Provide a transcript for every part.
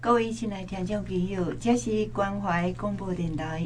各位亲爱听众朋友，这是关怀广播电台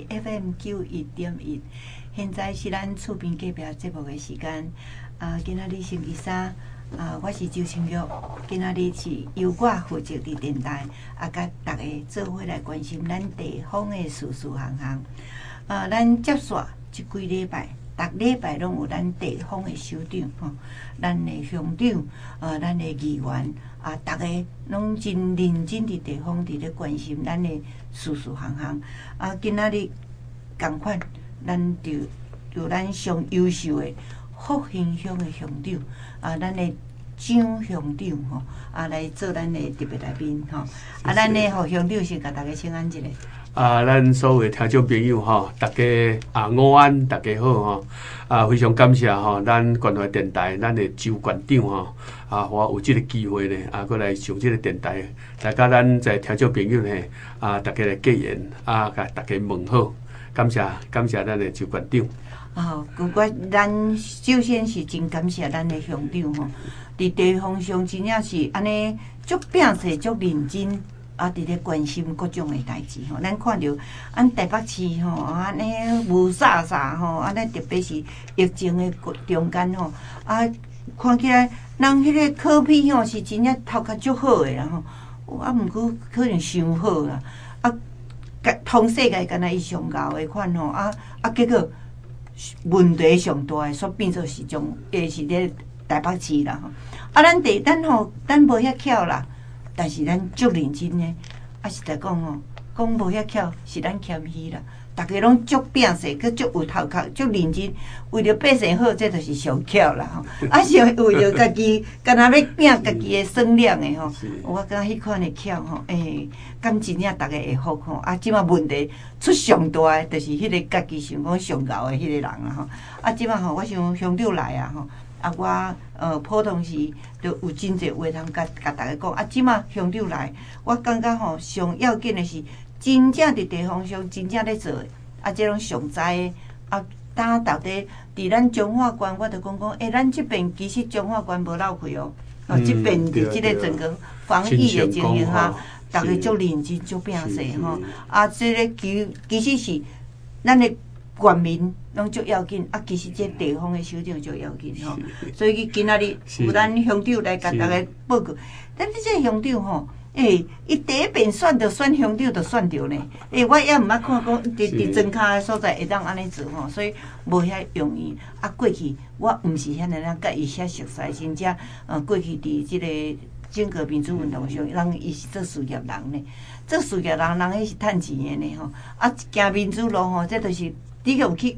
FM91.1，现在是咱厝边隔壁节目的时间。今仔日星期三，我是周清玉。今仔日是由我负责伫电台，甲大家做伙来关心咱地方的事事行行。咱接续即几礼拜，逐礼拜拢有咱地方的首长吼，咱的乡长，咱的议员。大家拢真认真伫地方伫咧关心咱的事事行行。今仔日共款，咱就咱上优秀的福兴乡的乡长，咱的张乡长吼，来做咱的特别来宾吼。咱的福乡长先甲大家请安一下。 咱所有的听众朋友吼，大家午安，大家好吼。非常感谢吼，咱关怀电台，咱的周馆长吼，我有这个机会呢，过来上这个电台，来甲咱在听众朋友呢，大家来结缘，甲大家问好，感谢咱的周馆长。 咱首先是真感谢咱的乡长吼，伫地方上真正是安尼足拼势、足认真。伫咧关心各种的代志吼，咱看到台北市吼，安尼雾煞煞吼，安尼特别是疫情的中间吼，看起来人迄个科比吼是真正头壳足好的啦吼，毋过可能伤好啦，通世界敢若伊上高的款吼，结果问题上大的，所变做是是咧台北市啦吼，咱无遐巧啦。但是咱足认真呢，实在讲吼，讲无遐巧是咱谦虚啦。大家拢足拼势，佮足有头壳，足认真，为着百姓好，这就是上巧啦吼。是为着家己，干那要拼家己的声量的吼。我感觉迄款的巧吼，敢真正大家会服吼。即马问题出上大的，就是迄个家己想讲上高的迄个人啦吼。即马吼，我想乡长来啊吼。我普通时就有真侪话通甲大家讲。即马乡长来，我感觉吼上要紧的是真正伫地方上真正咧做的，这拢上知的。到底伫咱中华关，我就讲，咱即边其实中华关无漏气哦。即边伫即个整个防疫的情形下，大家足认真足拼势吼。即个其实是咱的全民拢足要紧，其实这地方的首长足要紧吼，所以今仔日有咱乡长来甲大家报告。咱这乡长吼，伊第一遍选着选乡长就选着呢。我也毋捌看讲伫庄骹的所在会当安尼做吼，所以无遐容易。过去我毋是遐尔甲伊遐熟悉，真正过去伫即个整个民主运动上，人伊是做事业人呢，做事业人迄是趁钱的呢吼。行民主路吼，这就是你用去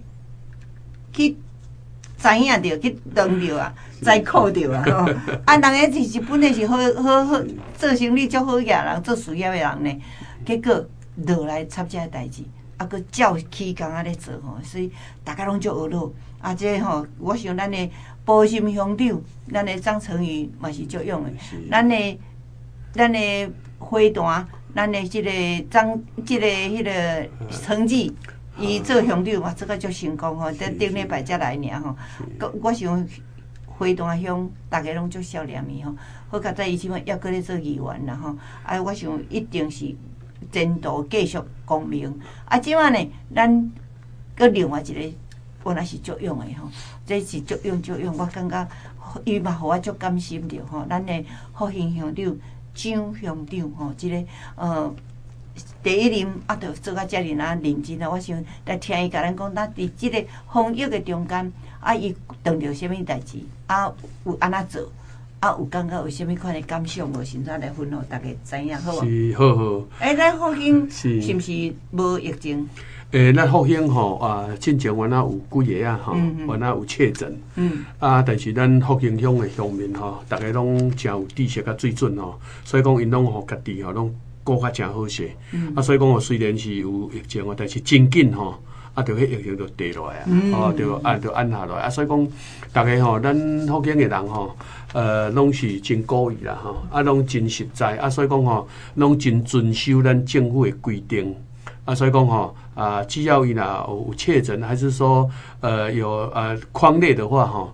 知影着，去当着啊，知考着啊吼。人个是本来是好做生意足好业人，做事业的人呢，结果落来插这代志，佮照起工咧做吼，所以大家拢足懊恼。这吼，我想咱的保心乡长，咱的张成宇嘛是足勇的，咱的花坛，咱的迄个成绩。伊做乡长嘛，做甲足成功吼，顶礼拜才来尔吼。我想花坛乡大家拢足少念伊吼，好佳在伊即摆还搁咧做议员啦吼。我想一定是前途继续光明。即摆呢，咱搁另外一个，我若是足勇的吼，这是足勇，我感觉伊嘛互我足甘心着吼。咱的福兴乡长张乡长吼，即个第一任就做甲遮尔认真啊！我想来听伊甲咱讲，咱伫即个防疫的中间，伊碰到啥物代志，有安怎做，有感觉有啥物款的感想无？现在来分互大家知影，好无？ 是好。 咱福兴是毋是无疫情？ 咱福兴吼之前原来有几个吼，原来有确诊。但是咱福兴乡的乡民吼，大家拢真有知识甲水准吼，所以讲因拢吼家己吼拢。顾较真好势，所以讲虽然是有疫情但是真紧吼，就迄疫情就跌落来就按下来所以讲大家吼，咱福建的人吼，拢是真鼓意啦吼，拢真实在所以讲吼，拢真遵守咱政府的规定所以讲吼只要伊若有确诊，还是说有框列的话吼。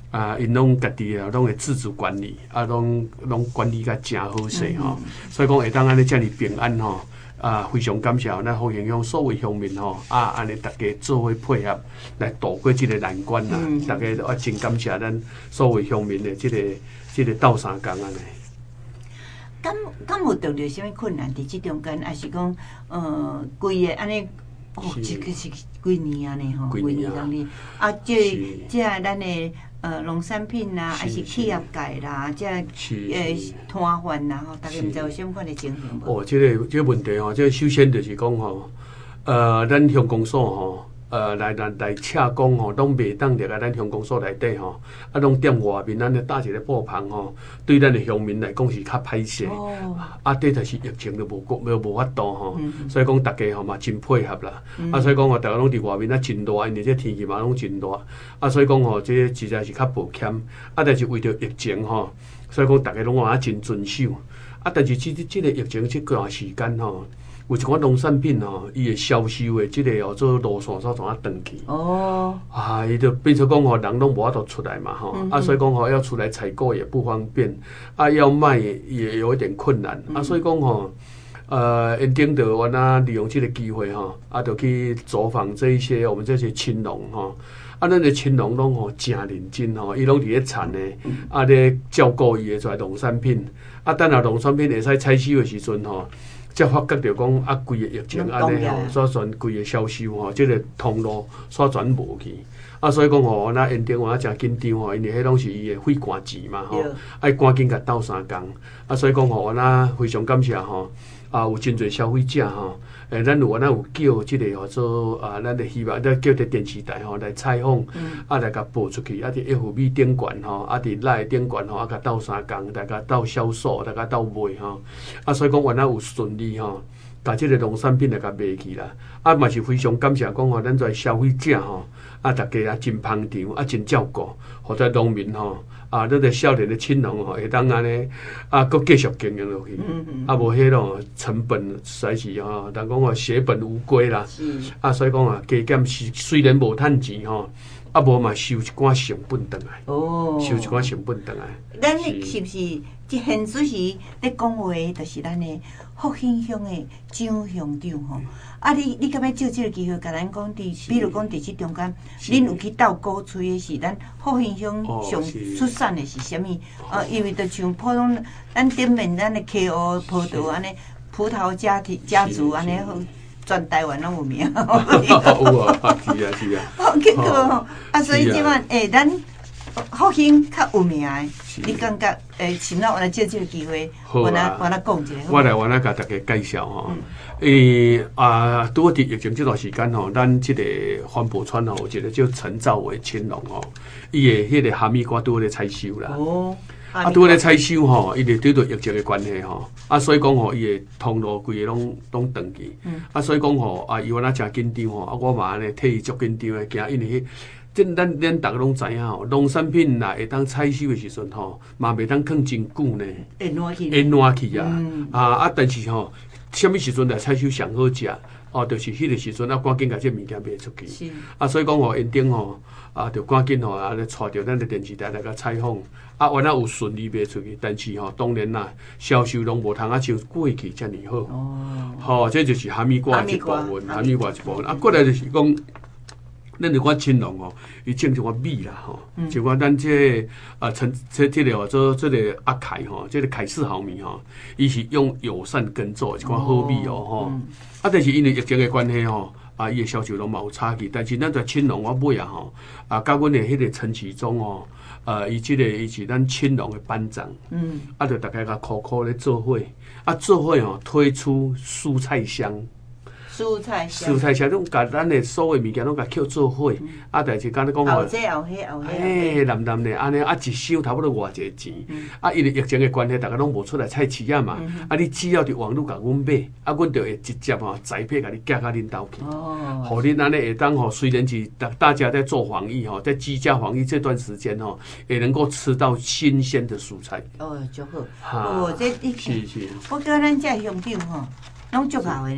因拢家己拢会自主管理，拢管理甲真好势吼。所以讲会当安尼遮尔平安吼。非常感谢咱福兴乡所有乡民吼，安尼大家做伙配合来度过这个难关啦。大家都真感谢咱所有乡民的这个斗相共安尼。 敢有遇到什么困难？伫即中间，还是讲规个安尼？这个是几年安尼吼？几年当哩这咱的农产品啦，还是企业界啦，这摊贩啦吼，大家毋知有啥款的情形无？ 这个问题吼，这首先就是讲吼，咱乡公所吼。来洽公吼，拢袂当入来咱乡公所内底吼，拢踮外面，咱咧搭一个布棚吼，对咱的乡民来讲是较歹势。这就是疫情都无法度吼，所以讲大家吼嘛真配合啦。所以讲吼，大家拢伫外面真热，因为这天气嘛拢真热。所以讲吼，这实在是较抱歉。但是为着疫情吼，所以讲大家拢真遵守。但是这个疫情这段时间吼。有一款农产品吼，伊会销售的即个做路线所怎啊断去？伊就变成讲吼，人拢无法度出来嘛吼，所以讲吼要出来采购也不方便，要卖也有一点困难，所以讲吼，因顶着我利用这个机会吼，就去走访这一些我们这些青农吼，咱的青农拢吼真认真吼，伊拢伫咧产的，咧照顾伊的农产品，等下农产品会使采收的时阵吼。才发觉着讲规个疫情安尼吼，所全规个销售吼，即个通路所全无去。所以讲吼，咱因顶真紧张吼，因为迄拢是伊的费官钱嘛吼，爱赶紧甲斗相共。所以讲吼，咱非常感谢吼，有真侪消费者吼，咱有叫即个做咱就希望咱叫伫电视台吼来采访，来甲播出去，伫 FB 顶悬吼，伫赖顶悬吼，甲斗相共，大家斗销售，大家斗卖吼。所以讲原来有顺利吼，甲即个农产品来甲卖去啦。嘛是非常感谢讲吼，咱在消费者吼，大家真捧场，真照顾，或者农民吼。咱个少年的青农吼，会当安尼搁继续经营落去，无迄种成本实在是吼，但讲血本无归啦。所以讲加减虽然无趁钱吼，无嘛收一寡成本回来。收一寡成本回来。 咱是不是即现主时咧讲话，就是咱的福兴乡的张乡长吼？你敢要借这个机会，甲咱讲比如讲伫即中间，恁有去斗鼓吹的是咱福兴乡上出产的是啥物？因为就像普通咱顶面咱的 KO 葡萄安尼，葡萄家族安尼，全台湾拢有名。有啊，是啊。 结果所以即摆咱福兴较有名的，你感觉请到我来借这个机会，我来讲一下。 我来甲大家介绍吼。拄好伫疫情这段时间吼，咱即个环保村吼，有一个叫陈兆伟青农吼，伊的迄个哈密瓜拄好咧采收啦。拄好咧采收吼，伊就对着疫情的关系吼，所以讲吼，伊的通路规个拢断去。所以讲吼，伊原来真紧张吼，我嘛安尼替伊足紧张的惊，因为咱大家拢知影吼，农产品啦会当采收的时阵吼，嘛袂当放真久呢，会烂去啊！但是吼。什么时阵来采收上好食？就是迄个时阵赶紧甲这物件卖出去。所以讲吼，因顶吼就赶紧吼咧带着咱的电视台来甲采访。原来有顺利卖出去，但是吼当然啦，销售拢无通像过去遮尔好。这就是哈密瓜一部分，哈密瓜一部分。过来就是讲。咱就讲青农吼，伊种一款米啦吼，就讲咱这这个做这个阿凯吼，这个凯氏好米吼，伊是用友善耕作一款好米吼。但是因为疫情的关系吼，伊的销售拢嘛有差距。但是咱在青农我买吼，甲阮的迄个陈启忠吼，伊是咱青农的班长，就大家甲苦咧做伙，做伙吼推出蔬菜箱。蔬菜箱拢甲咱的所有物件拢甲捡做伙，但是敢若讲后迄， 蓝的安尼，一箱差不多偌济钱，因为疫情的关系，大家拢无出来菜市啊嘛，你只要伫网络甲阮买，阮就会直接宅配甲你寄到恁兜去，互恁安尼会当虽然是大家在做防疫在居家防疫这段时间也能够吃到新鲜的蔬菜。 足好，这是，我叫咱这乡长拢足好的呢。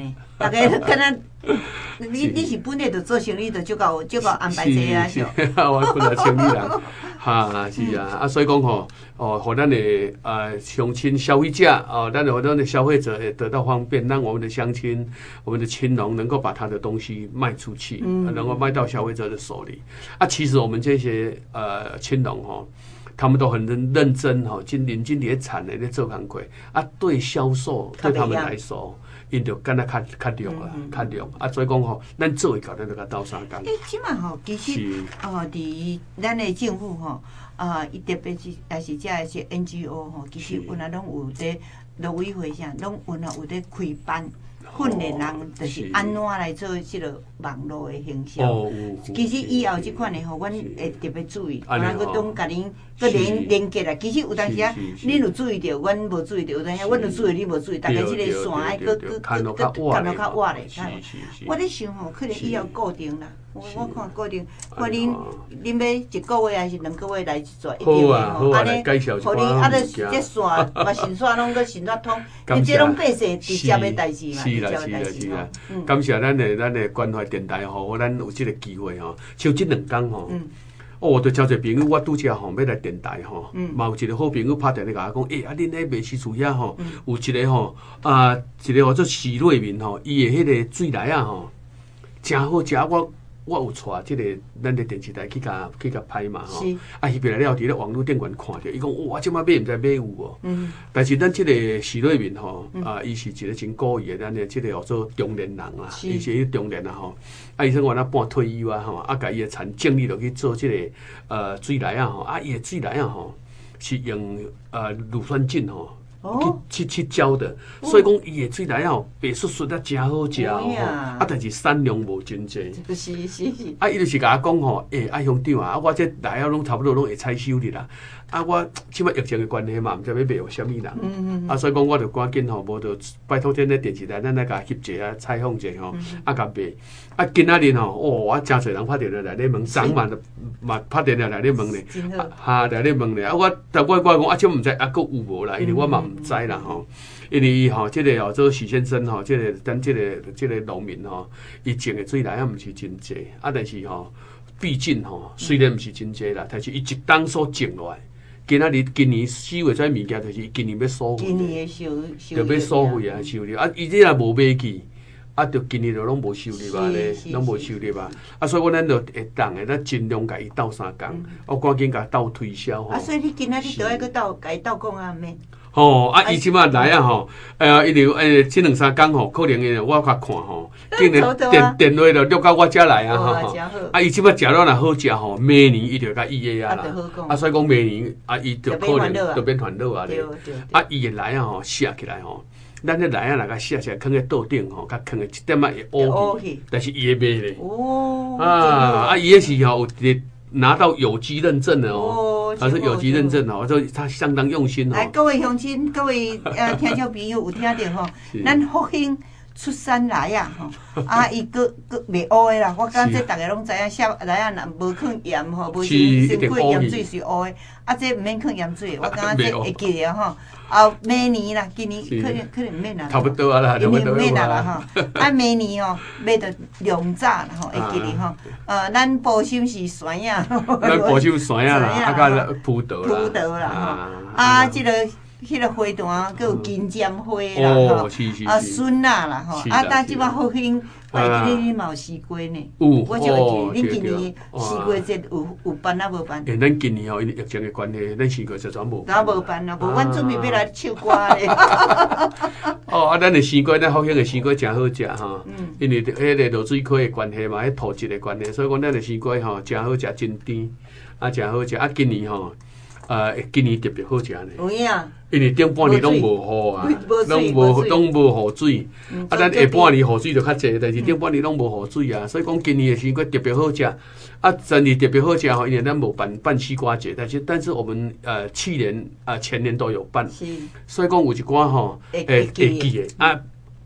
大概敢若你是本来就做生意，就足够安排这啊，是。 我本来生意人，哈是啊，所以讲吼，互咱的乡亲消费者咱的消费者也得到方便，让我们的乡亲、我们的青农能够把他的东西卖出去，能够卖到消费者的手里。其实我们这些青农吼。他们都很认真吼，认真伫产的咧做工课对销售对他们来说，因就敢若较弱啊，较弱所以讲吼，咱做会到，咱就甲斗相共。 即马吼，其实伫咱的政府吼，伊特别是也是遮的些 NGO 吼，其实原来拢有伫农委会啥，拢原来有伫开班。训练人就是安怎来做即个网络的行销。其实以后即款的吼，阮会特别注意，可能佮拢甲恁佮连结啦。其实有当时啊，恁有注意到，阮无注意到；有当时阮有注意，你无注意。大概即个线爱佮看到较活咧。我咧想吼，可能以后固定啦。我看固定，看恁要一个月还是2个月来一撮，一定的吼。安尼，互恁这线嘛线线拢佮线通，因这拢百姓直接的代志嘛。是啦， 感谢咱的关怀电台吼，咱有这个机会吼，像这2天吼，我对交一个朋友，我拄则吼要来电台吼，嘛有一个好朋友拍电话甲我讲，恁喺卖市厝遐吼，有一个吼一个叫做徐瑞明吼，伊的迄个水梨吼，真好食，我有带即个咱的电视台去甲拍嘛吼，迄边来了伫咧网络电源看着，伊讲哇，即摆买毋知买有无？但是咱即个徐瑞明吼，伊是一个真古意的，咱的即个叫做中年人啦，伊是迄中年啦吼，伊算我那半退休吼，甲伊的产精力落去做即个水梨吼，伊的水梨吼是用乳酸菌吼。去浇的，所以讲伊的水梨吼白雪雪真好食吼，但是产量无真济。 是。 伊就是甲我讲吼，乡长我这梨拢差不多拢会采收哩啦。我即摆疫情的关系嘛，毋知要卖互啥物人。所以讲我就赶紧吼，无就拜托咱咧电视台，咱来甲翕者采访者吼，甲卖。今仔日吼，我真侪人拍电话来咧问，昨晚嘛拍电话来咧问咧，来咧问咧。我讲即毋知佫有无啦，因为我嘛毋知啦吼。因为伊吼，即个叫做许先生吼，咱即个农民吼，伊种的水梨毋是真济，但是吼，毕竟吼，虽然毋是真济啦，但是伊一当所种落来。今年4月这物件就是今年要收回， 今年就要收回收入伊这若无买去，就今年就拢无收入咧，拢无收入所以咱就会当的，咱尽量甲伊斗相共，我赶紧甲斗推销吼。 所以你今仔日都爱佮甲伊斗讲啊，免。 伊即摆来吼，伊就这2-3天吼，可能我较看吼，竟然电话就约到我遮来吼。伊即摆食了若好食吼，明年伊就甲伊个所以讲明年伊就可能就变烦恼咧。伊的梨吼写起来吼，咱的梨若甲写起来，放在桌顶吼，甲放个一点会乌去，但是伊会卖咧。伊个是吼有拿到有机认证的它是有机认证所以他相当用心来，各位乡亲，各位听众朋友有听到吼，咱福兴出产梨吼，伊佫袂乌的啦。我感觉大家拢知影，写梨若无放盐吼，无先过盐水是乌的。这毋免放盐水，我感觉这会记得吼。明年啦，今年可能毋免啦， 差不多啦， 今年毋免啦吼。明年吼，买到量早啦吼，会记得吼。咱保守是山影， 咱保守山影啦，甲葡萄啦吼。即个迄个花坛，佮有金针花啦吼，笋啦吼。但即摆福兴，今年嘛有西瓜呢。我就会记，恁今年西瓜节有办啊无办？ 咱今年因为疫情的关系，咱西瓜节全无。 咱无办啊，无阮准备要来唱歌咧。 咱的西瓜，咱福兴的西瓜真好食吼。因为迄个落水溪的关系嘛，迄土质的关系，所以讲咱的西瓜吼真好食，真甜，真好食。今年吼。今年特别好食呢。 有影。 因为顶半年拢无雨拢无雨水，咱下半年雨水就较济，但是顶半年拢无雨水所以讲今年的西瓜特别好食。真的特别好食吼，因为咱无办西瓜节，但是我们前年都有办，所以讲有一寡吼会记的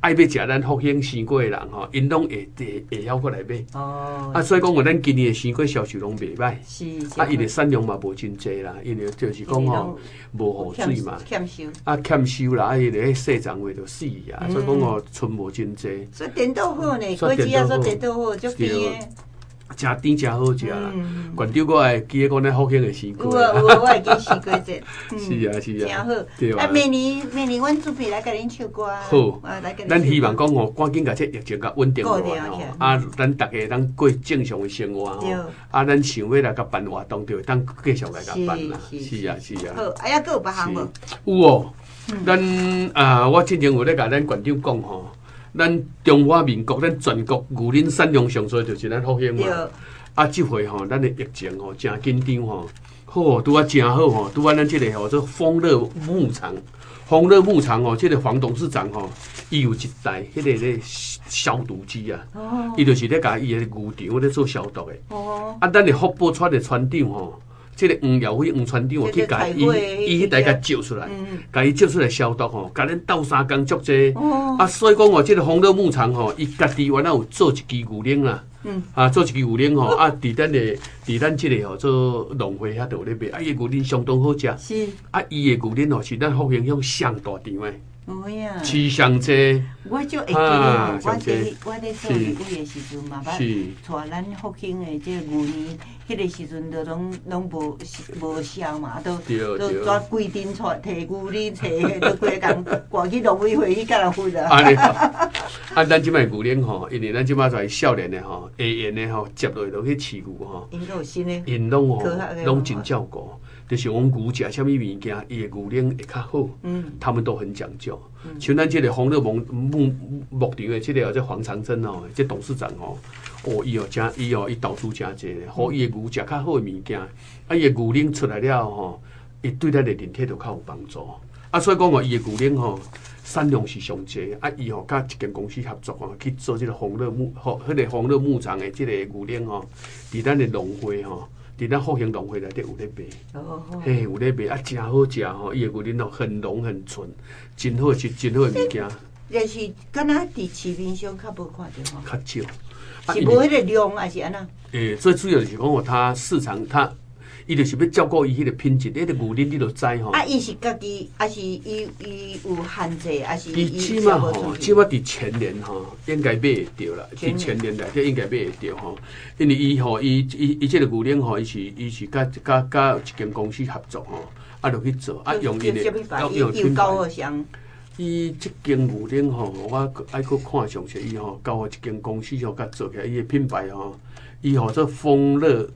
爱要食咱福兴生果的人吼，因拢会晓过来买。 哦。 啊，所以讲我咱今年的生果销售拢袂歹。 是。 啊，伊的产量嘛无真济啦，因为就是讲吼无雨水嘛， 欠收。 啊，欠收啦，啊，伊个细长话就死啊，所以讲吼剩无真济。 所以甜豆好呢，果子啊，说甜豆好，足甜的。 真甜真好食啦！馆长我会记得讲咱福兴的生果。 有我会记生果节。 是啊是啊。 真好。 对啊。 明年阮准备来甲恁唱歌。 好。咱希望讲吼，赶紧甲这疫情甲稳定落来吼。啊，咱大家当过正常的生活吼。啊，咱想要来甲办活动，就当继续来甲办啦。是啊是啊。 好，哎呀，佫有别项无？ 有哦。咱我之前有咧甲咱馆长讲吼。咱中华民国，咱全国牛奶产量上最就是咱福兴嘛。啊，这回吼，咱的疫情吼真紧张吼，好拄啊真好吼，拄啊咱这个吼做丰乐牧场，丰乐牧场吼，这个黄董事长吼，伊有一台迄个咧消毒机啊，伊就是咧甲伊的牛场咧做消毒的。啊，咱的福宝村的村长吼。这个黄耀辉黄村长去甲伊迄台甲照出来，甲伊照出来消毒吼，甲咱斗3工足济。啊，所以讲哦，这个丰乐牧场吼，伊家己原来有做一支牛奶啦，啊，做一支牛奶吼，啊，伫咱这个吼做农会遐度咧卖，啊，伊牛奶相当好食。是。啊，伊的牛奶吼是咱福兴乡上大场的。 有呀。 市上济。 我就会记得，我咧做义委的时阵嘛，捌带咱福兴的这牛奶，迄个时阵就拢无销嘛，都抓规定出摕牛奶摕，都规个工挂去农委会去甲人分啊。 啊，咱即摆牛奶吼，因为咱即摆在少年的吼，下沿的吼，接落去去饲牛吼， 因都有新的， 因拢吼拢真照顾。就是讲牛食啥物物件，伊的牛奶会较好，他们都很讲究。像咱这个丰乐牧场的这个这黄长征哦，这董事长哦，伊投资真济，互伊的牛食较好的物件，啊，伊的牛奶出来了吼，伊对咱的人体就较有帮助。啊，所以讲哦，伊的牛奶吼产量是上济，啊，伊吼甲一间公司合作吼，去做这个丰乐牧场的这个牛奶吼，伫咱的农会吼。伫咱福兴农会内底有咧卖，嘿有咧卖啊，真好食吼！伊的牛奶很浓很纯，真好真好的物件。 但是敢若伫市面上较无看到吼， 较少， 是无迄个量还是安那？ 最主要就是讲哦，它市场伊就是要照顾伊迄个品质，迄个牛奶你就知吼。 啊，伊是家己，还是伊有限制，还是伊起码吼，起码伫前年吼，应该买会着啦。伫前年内底应该买会着吼，因为伊吼，伊即个牛奶吼，伊是甲一间公司合作吼，啊，就去做，啊，用伊的用品牌。 伊即间牛奶吼，我爱去看详细，伊吼交互一间公司吼，甲做起来，伊的品牌吼，伊吼做丰乐。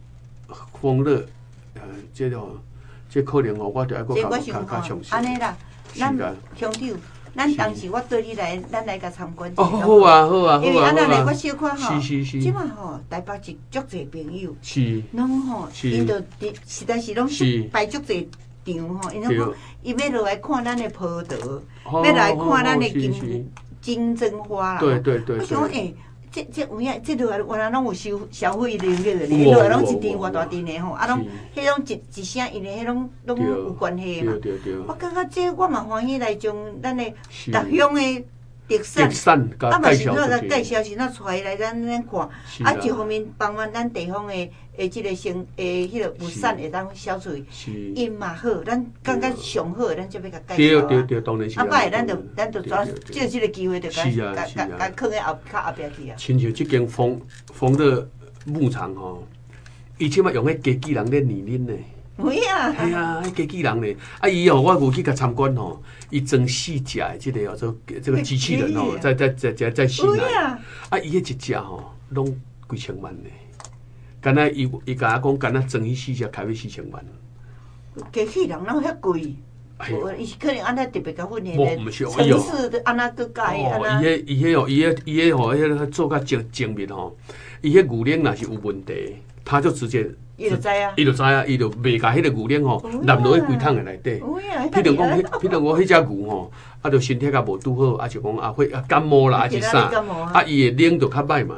这可能哦，我就爱个较详细。 安尼啦，咱乡长，咱当时我对你来，咱来甲参观。 哦，好啊，好啊， 因为安那咧，我小看吼， 是。 即马吼，台北是足侪朋友， 是， 拢吼，因着实在是拢排足侪场吼，因拢讲，伊要落来看咱的葡萄，要来看咱的金针花啦。 对。 我想诶。这有影，这落来原来拢有消费能力的咧，落来拢一阵偌大阵的吼，啊拢，迄种一声因的，迄种拢有关系嘛。我感觉这我嘛欢喜来将咱的逐乡的特产，啊嘛是那个介绍是那带来咱看，啊一方面帮咱地方的这个迄个物产会当销出去，因嘛好，咱感觉上好，咱就要甲介绍啊。 对，当然是。 啊，摆咱就抓借这个机会，就甲放在后壁去啊。 亲像这间丰乐牧场吼，伊即摆用迄家己人咧泥泞呢。 有啊。 系啊，迄家己人咧，啊伊吼，我有去甲参观吼，伊装4只的这个做这个机器人吼，在洗奶。啊，伊迄一只吼，拢几千万呢。敢若伊甲我讲，敢若装迄4只开要4000万。 机器人拢遐贵。伊是可能安那特别甲训练咧，城市安那搁改安那。 伊迄吼，迄做甲精密吼，伊迄牛奶若是有问题，他就直接。伊就知啊，伊就袂甲迄个牛奶吼淋落去规桶的内底。譬如讲迄只牛吼，啊，就身体较无拄好，啊就讲啊会感冒啦，还是啥，啊伊的奶就较歹嘛。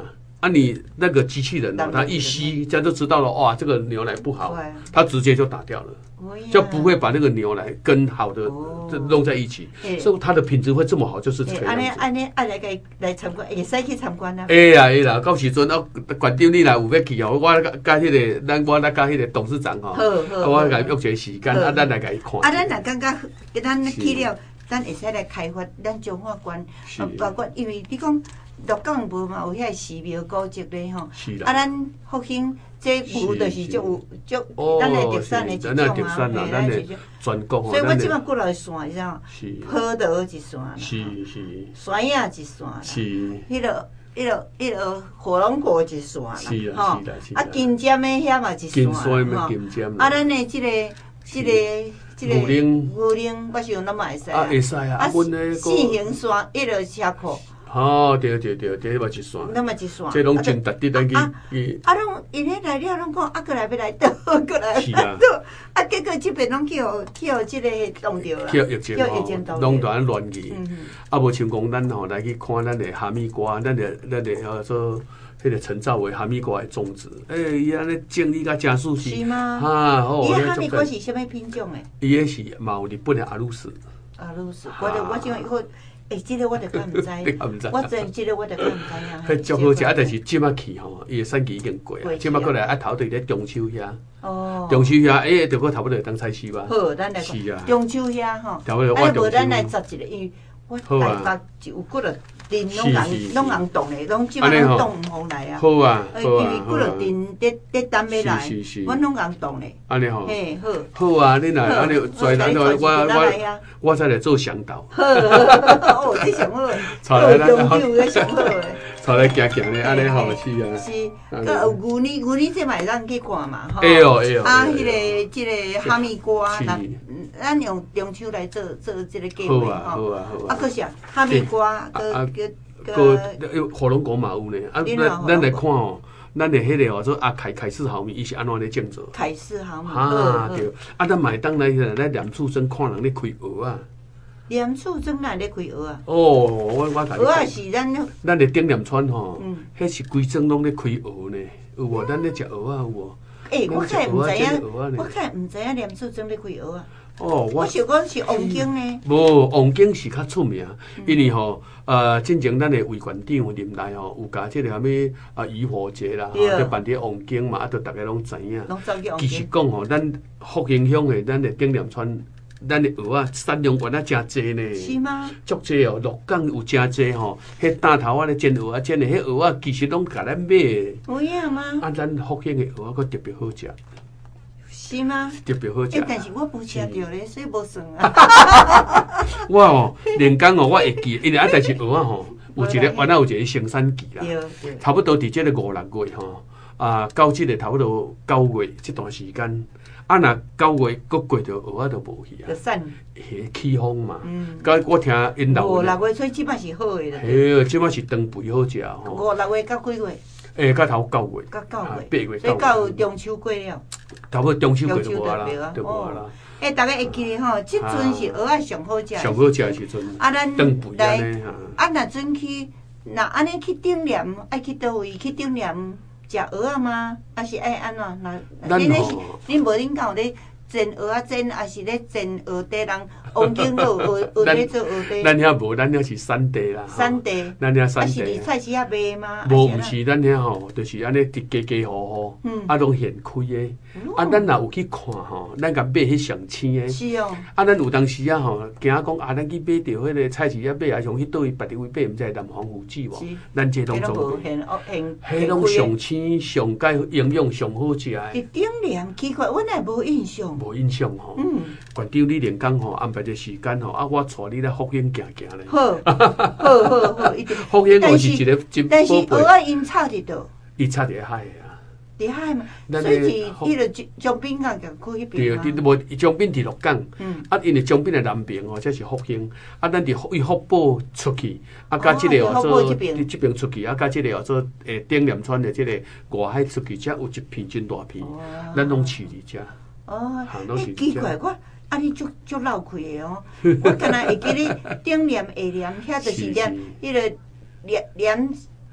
啊，你那个机器人哦，它一吸，这样就知道了，哇，这个牛奶不好，它直接就打掉了。就不会把那个牛奶跟好的弄在一起，所以它的品质会这么好，就是这个样子。 安尼来参观，会使去参观啊？ 会啦，到时阵啊，馆长你若有要去哦，我甲迄个，我甲迄个董事长吼，我甲伊约一个时间，咱来甲伊看。 咱若感觉咱去了，咱会使来开发咱中华馆，包括因为你讲鹿港无嘛有遐寺庙古迹咧吼，咱复兴。这牛就是足，咱的特产的一种啊， 咱的全国。 所以我即摆过来线，你知道？坡道一线啦，山影一线啦，迄个火龙果一线啦，吼，啊金针的遐嘛一线啦，啊咱的这个牛铃， 我想咱嘛会使啊，会使啊， 四行山迄个车库。 哦，对，这嘛一线， 那么一线， 这拢真值得咱去。 拢因迄来了，拢讲过来要来倒，过来倒，结果这边拢去这个冻着啦， 去疫情拢在乱去。无像讲咱吼来去看咱的哈密瓜，咱的做迄个陈兆伟哈密瓜的种植，伊安尼整理甲真舒适。 是吗？ 好， 伊哈密瓜是啥物品种的？ 伊迄是嘛有日本的阿鲁斯。 我就以后。这个我就敢唔知，我真这个我就敢唔知呀。 迄足好食，啊，但是即马去吼，伊的产期已经过啊，即马过来啊头对咧中秋遐。哦。中秋遐，着搁差不多当菜市吧。 好，咱来看。中秋遐吼，无咱来摘一个，因为我大家有几落丁拢红冻的，拢即马拢冻唔好来啊。 好啊， 因为几落丁在等要来，阮拢红冻的。 安尼吼。 嘿，好。 好啊，你若安尼跩人我再来做向导。 好，哦，这上好。中秋个上好诶。 出来行行咧，安尼好是啊。 是，个有牛年这嘛会当去看嘛，吼。 会哦。 啊，即个哈密瓜，咱用中秋来做即个计划吼。啊，可是啊，哈密瓜个火龙果嘛有呢。啊，咱来看哦。咱的迄个做凯氏毫米，伊是安怎咧种做？ 凯氏毫米。 对。啊，咱买当来念厝庄看人咧开蚵啊。 念厝庄哪咧开蚵啊？ 哦，我蚵啊是咱的顶念村吼，迄是规庄拢咧开蚵呢，有无？咱咧食蚵啊有无？ 我看唔知影念厝庄咧开蚵啊。 哦， 我想讲是王景呢。 无，王景是较出名，因为吼，之前咱的魏馆长林内吼，有甲即个啥物渔火节啦，就办伫王景嘛，就大家拢知影。其实讲吼，咱福兴乡的咱的顶念村，咱的蚵仔产量原来真济呢。 是吗？ 足济哦，鹿港有真济吼，迄大头仔咧煎蚵仔煎的，迄蚵仔其实拢甲咱买的。 有影吗？ 啊，咱福兴的蚵仔佫特别好食。 是吗？ 特别好食。 但是我无吃到咧，所以无算啊。 我哦，连讲哦，我会记，因为但是蚵仔吼，有一个原来有一个生产期啦，差不多伫即个5、6月吼，到即个差不多9月这段时间，若9月佫过着蚵仔就无去啊。 就散。 起风嘛。我听因老。 5、6月，所以即摆是好诶啦。 即摆是长肥好食吼。 5、6月到几月？ 到头9月。 到9月。 8月。 所以到中秋过了。 差不多中秋过就无啦，就无啦。 大家会记得吼，即阵是蚵仔上好食。 上好食的时阵。 咱长肥安尼哈。若阵去，若安尼去顶念，爱去倒位？去顶念食蚵仔吗？还是爱安怎？恁无恁敢有咧煎蚵仔煎，还是咧煎蚵底人？王景都有咧做蚵底。 咱遐无，咱遐是山地啦。 山地。 咱遐山地。 啊，是伫菜市遐卖吗？ 无，毋是咱遐吼，就是安尼家户户，拢现开的。咱若有去看吼，咱甲买迄上青的。 是哦。 咱有当时吼，惊讲咱去买着迄个菜市遐买，啊，像去倒位别地位买，毋知南方有籽无？咱这拢做袂。迄拢上青、上佳、营养上好食的。 伫顶梁奇怪，阮也无印象。 无印象吼。馆长你连讲吼安排个时间吼，我带你来福兴行行咧。 好，一定。 福兴我是一个真宝贝。 但是蚵仔因炒伫倒？ 伊炒伫海啊。 伫海嘛，所以是迄个江滨港港区迄边嘛。 对，无江滨伫鹿港，因为江滨的南边吼，这是福兴，咱伫福宝出去，甲即个做即边出去，甲即个做顶念川的即个外海出去，遮有一片真大片，咱拢饲伫遮。 哦，奇怪，我你足闹开的哦，我敢若会记咧顶念下念，遐就是念迄个念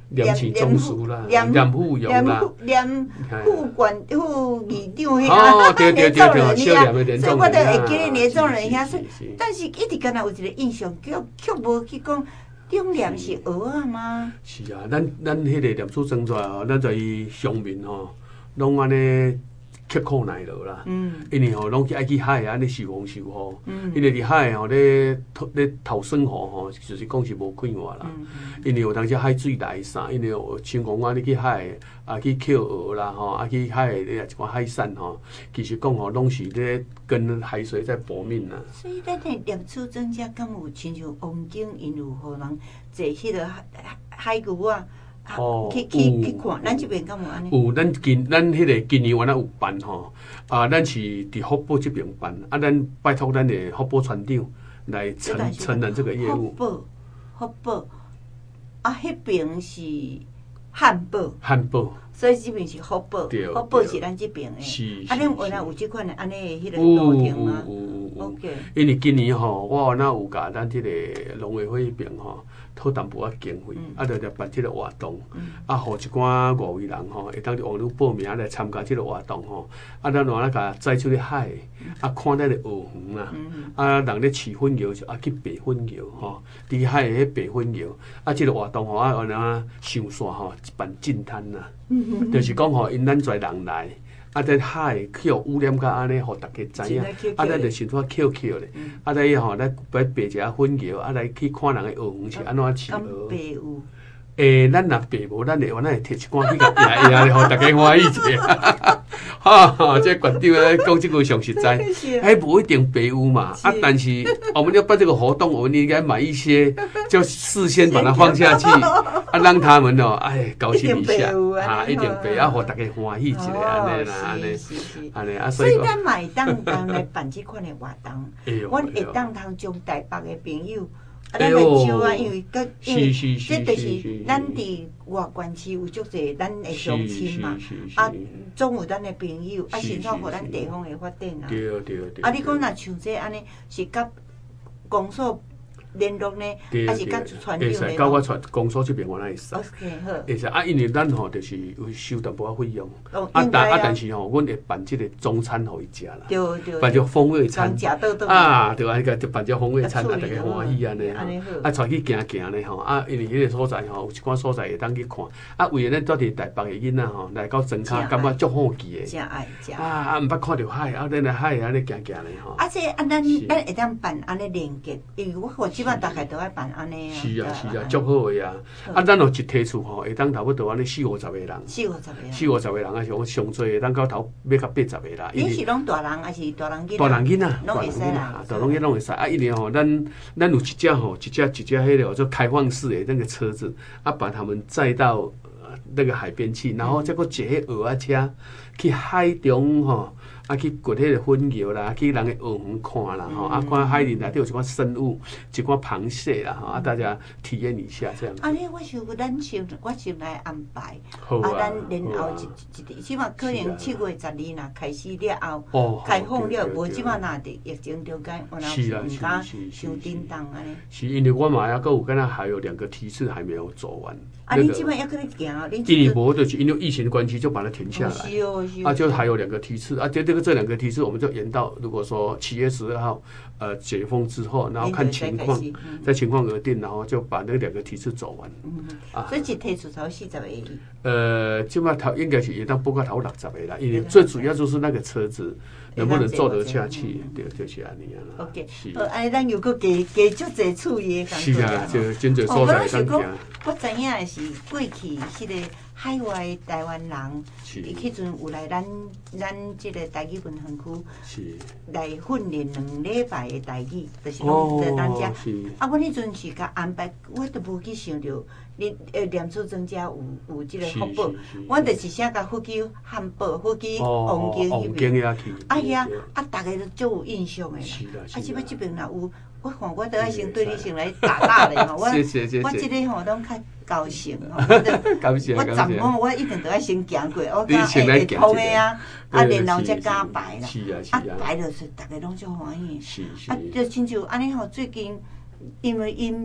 廉市总司啦，廉副用啦， 廉副议长遐哦，对对对对，小廉的连所以总人啊， 我就会记得连总人遐，所以但是一直敢若有一个印象，却无去讲中廉是蚵仔吗？ 是啊，咱迄个廉署装出来吼，咱在乡民吼，拢安尼刻苦耐劳啦。因为吼，拢爱去海安尼受风受雨。因为伫海吼咧头生活吼，就是讲是无快活啦。因为有当时海水来啥，因为像讲啊，你去海去捡蚵啦吼，去海咧一寡海产吼，其实讲吼，拢是咧跟海水在搏命啦。 所以咱的廉署增加，敢有亲像王景因有互人坐迄个海牛啊？去看，咱这边敢有安尼？ 有，咱迄个今年原来有办吼，咱是伫福保这边办，咱拜托咱的福保船长来承担这个业务。 福保，迄边是汉堡。所以这边是福保，福保是咱这边的。 是。 恁原来有这款的安尼的迄个路程吗？ 有。因为今年吼，我原来有甲咱这个农委会迄边吼，讨淡薄仔经费，就办这个活动，互一寡外围人吼，会当伫网络报名来参加这个活动吼。咱原来甲载出去海，看咱的蚵园啦，人咧饲粉苗去爬粉苗吼，伫海的迄爬粉苗，这个活动吼，原来上线吼，办净滩啦。就是讲吼，因咱侪人来，在海去互污染甲安尼，互大家知影。咱就想做捡咧，来吼来爬一下粉苗，来去看人的蚵园是安怎饲蚵。咱若爬无，咱会摕一罐去甲压咧，互大家欢喜者。这馆长咧讲这句上实在，不一定白有嘛，但是我们要办这个活动，我们应该买一些，就事先把它放下去，让他们高兴一下，一定白互大家欢喜一下，安尼， 所以咱嘛会当来办这款的活动，阮会当将台北的朋友。咱来招啊，因为这就是咱伫外县市有足侪咱的乡亲嘛，总有咱的朋友，甚至乎咱地方的发展啊。 对。 你讲若像这安尼，是甲公所联络呢，还是甲船长联络？ 甲我公所这边我会使。 OK 好。 会使因为咱吼就是有收淡薄仔费用，但是吼，阮会办这个中餐互伊食啦。 对。 办只风味餐。 对安尼个就办只风味餐，大家欢喜安尼吼。带去行咧吼，因为迄个所在吼，有一寡所在会当去看。为了咱住伫台北的囡仔吼，来到庄脚，感觉足好奇的。 真爱。 毋捌看到海，咱来海安尼行咧吼。 咱会当办安尼连结，因为我基本大概都爱办安尼啊。 是啊，足好的啊！咱有一梯厝吼，会当差不多安尼40-50个人。40-50个人啊，是讲上最会当到头要到80个啦。 你是拢大人还是大人囡仔？ 大人囡仔， 拢会使啦。 大人囡仔拢会使。因为吼，咱有一只吼，一只迄个做开放式的那个车子，把他们载到那个海边去，然后再个坐迄蚵仔车去海中吼。去掘迄个粉苗啦，去人的蚵园看啦，看海里内底有一寡生物，一寡螃蟹啦，大家体验一下这样。 我想我先来安排，咱然后起码可能7月12若开始了后，开放了，无即马若伫疫情中间，我毋敢伤叮当安尼。 是因为我嘛还有敢若还有2个梯次还没有走完。 你即马还搁咧行？ 因为无就是因为疫情的关系，就把它停下来。就还有2个梯次这2个梯次我们就延到，如果说7月12号解封之后，然后看情况，在情况而定，然后就把那2个梯次走完。 所以一梯次才40个。 基本上应该是也当不过头60个啦，因为最主要就是那个车子能不能坐得下去，对，就是安尼啊。 OK， 安尼咱又搁加足侪趣味的。 是啊，就真侪所在当行。 我知影的是过去迄个海外台湾人，伊迄阵有来咱即个台语文化区来训练2礼拜的台语，就是拢在咱遮。我迄阵是甲安排，我都无去想着你廉署庄家有即个福保，我就是写甲福记汉堡、福记王京迄边。大家都足有印象的啦。即摆即边若有。我看我都爱先对你先来打咧吼，我即个吼拢较高兴吼，我站我我一定都爱先行过，我甲会通的啊，然后才敢排啦，排就是大家拢足欢喜，就亲像安尼吼，最近因为因伫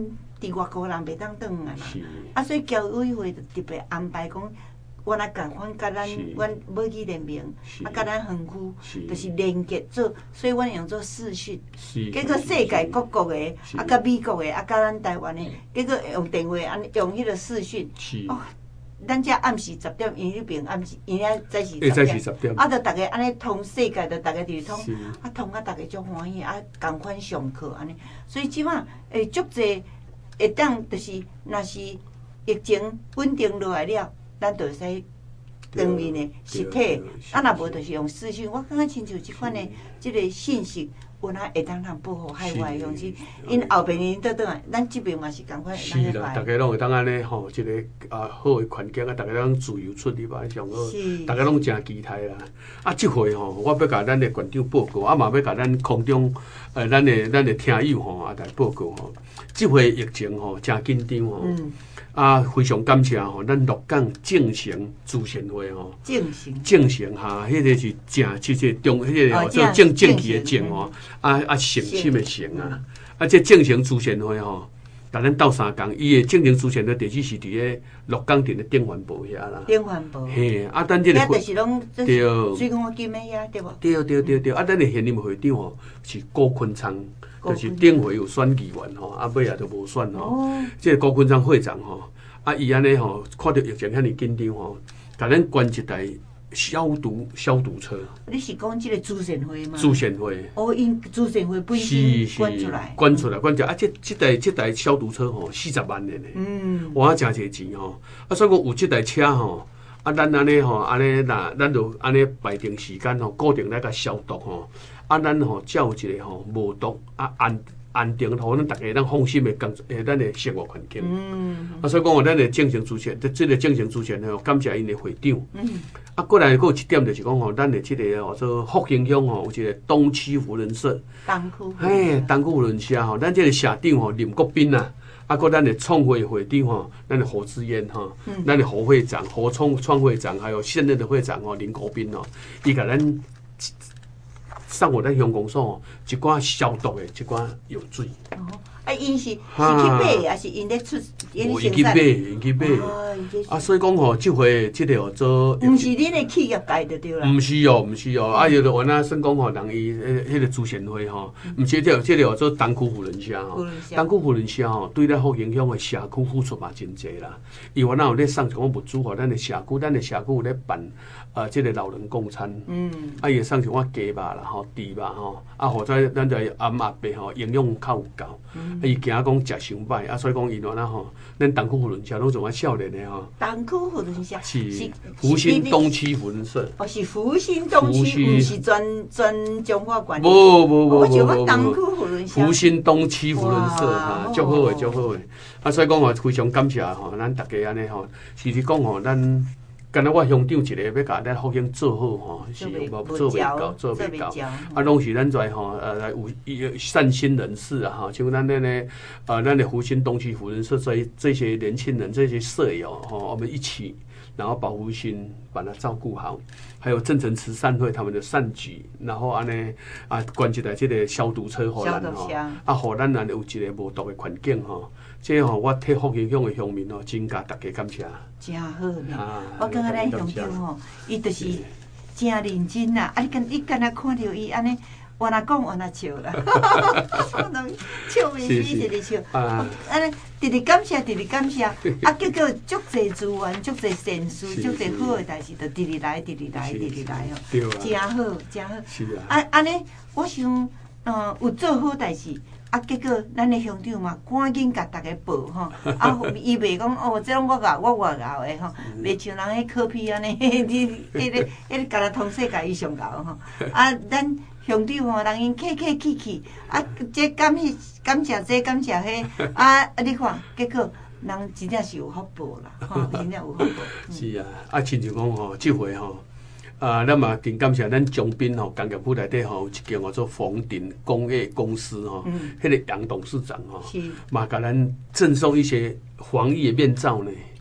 伫外国人袂当转来嘛。啊，所以侨委会就特别安排讲，我来共款甲咱阮母语联盟，啊，甲咱园区，就是连接做，所以阮用做视讯。结果世界各国的，啊，甲美国的，啊，甲咱台湾的，结果用电话用迄个视讯。哦，咱遮暗时10点，因迄边暗时，因遐早时10点，啊，着逐个安尼通世界，着逐个伫通，啊，通啊，逐个足欢喜，啊，共款上课安尼，所以即马足济会当，就是若是疫情稳定落来了，咱就会使当面的实体，啊，若无就是用视讯。我感觉亲像即款的即个信息。有哪会当通保护海外的乡亲，因后边因倒来，咱这边嘛是共款。 是啦，大家拢会当安尼吼，一个好的环境啊，大家拢自由出入嘛，上好，大家拢真期待啦。啊，即回吼，我要甲咱的馆长报告，啊嘛要甲咱空中咱的听友吼啊来报告吼。即回疫情吼真紧张吼。啊，非常感谢吼，咱鹿港正成慈善会吼，正成哈，迄个是正即个中迄个做正气的正吼，啊诚心的诚啊，啊这正成慈善会吼，甲咱斗相共，伊的正成慈善的地址是伫咧鹿港镇的电环部遐啦。电环部。嘿，啊，咱这个就是拢对水管金的遐对无？ 对，啊，咱的现任会长吼是郭坤昌。就是顶回有选议员吼，啊尾也都无选吼。即个郭坤昌会长吼，啊伊安尼吼，看到疫情遐尼紧张吼，甲咱关一台消毒车。 你是讲即个慈善会吗？ 慈善会。 哦，因慈善会本身关出来。 关出来。啊，即台消毒车吼，40万的呢。哇，真侪钱吼。啊，所以讲有即台车吼，啊，咱安尼吼，安尼咱就安尼排定时间吼，固定来甲消毒吼。啊，咱吼照一个吼无毒啊安定，互咱大家咱放心的咱的生活环境。啊，所以讲哦，咱的正成慈善，这个正成慈善吼，感谢因的会长。啊，过来有一点就是讲吼，咱的这个做福兴乡吼，有一个东区福人社。东区福人社吼，咱这个社长吼林国斌呐，啊，搁咱的创会会长吼，咱的何志燕吼，咱的何会长、何创会长，还有现任的会长吼林国斌吼，伊甲咱。送我咱乡公所一寡消毒的一寡药水。 啊，因是去买，还是因咧出？ 因去买。啊，所以讲吼，即回即个做， 毋是恁的企业界就对啦。 毋是哦，啊，有的原来算讲吼，人伊迄个慈善会吼，毋是即个做东区福人社吼，东区福人社吼，对咱福兴乡的社区付出嘛真济啦。伊原来有咧送一种物资互咱的社区，咱的社区有咧办即个老人共餐。啊，伊会送一寡鸡肉啦，吼，猪肉吼，啊，或者咱在阿伯吼营养较有够。伊惊讲食伤歹，啊，所以讲伊原来吼，咱东区福人社拢种啊少年的吼。 东区福人社是福兴东区福人社。 哦，是福兴东区，毋是专中华管理。 无。 我想讲东区福人社。 福兴东区福人社哈，足好诶。啊，所以讲吼，非常感谢吼，咱大家安尼吼，是讲吼，咱。干那我乡长一个要甲咱福兴做好吼，是无做袂到，啊，拢是咱在吼来有善心人士啊哈，像咱咱的福兴东区福人社这些年轻人这些舍友哈，我们一起，然后保护心把它照顾好，还有正成慈善会他们的善举，然后安尼啊，关一台这个消毒车互咱吼，啊，互咱有一个无毒的环境吼。这吼，我替福兴乡的乡民吼，真甲大家感谢。 真好呢，我感觉咱乡长吼，伊就是真认真啦。啊，你敢若看到伊安尼，换哪讲换哪笑啦，笑咪咪直直笑。安尼直直感谢，啊，结果足侪资源、足侪善事、足侪好的代志，就直直来哦，真好。 是啊。 啊，安尼我想，有做好代志。啊，结果咱的乡长嘛，赶紧甲大家报吼，啊，伊袂讲哦，这拢我外搞的吼，袂像人迄科批安尼，迄个甲咱通世界以上搞吼。啊，咱乡长吼，人因客气，啊，这感谢这感谢迄，啊，你看，结果人真正是有福报啦，吼，真正有福报。 是啊，啊，亲像讲吼，即回吼。咱嘛真感谢咱江滨吼工业区内底吼有一间叫做逢鼎工业公司吼，迄个杨董事长吼，嘛甲咱赠送一些防疫的面罩呢。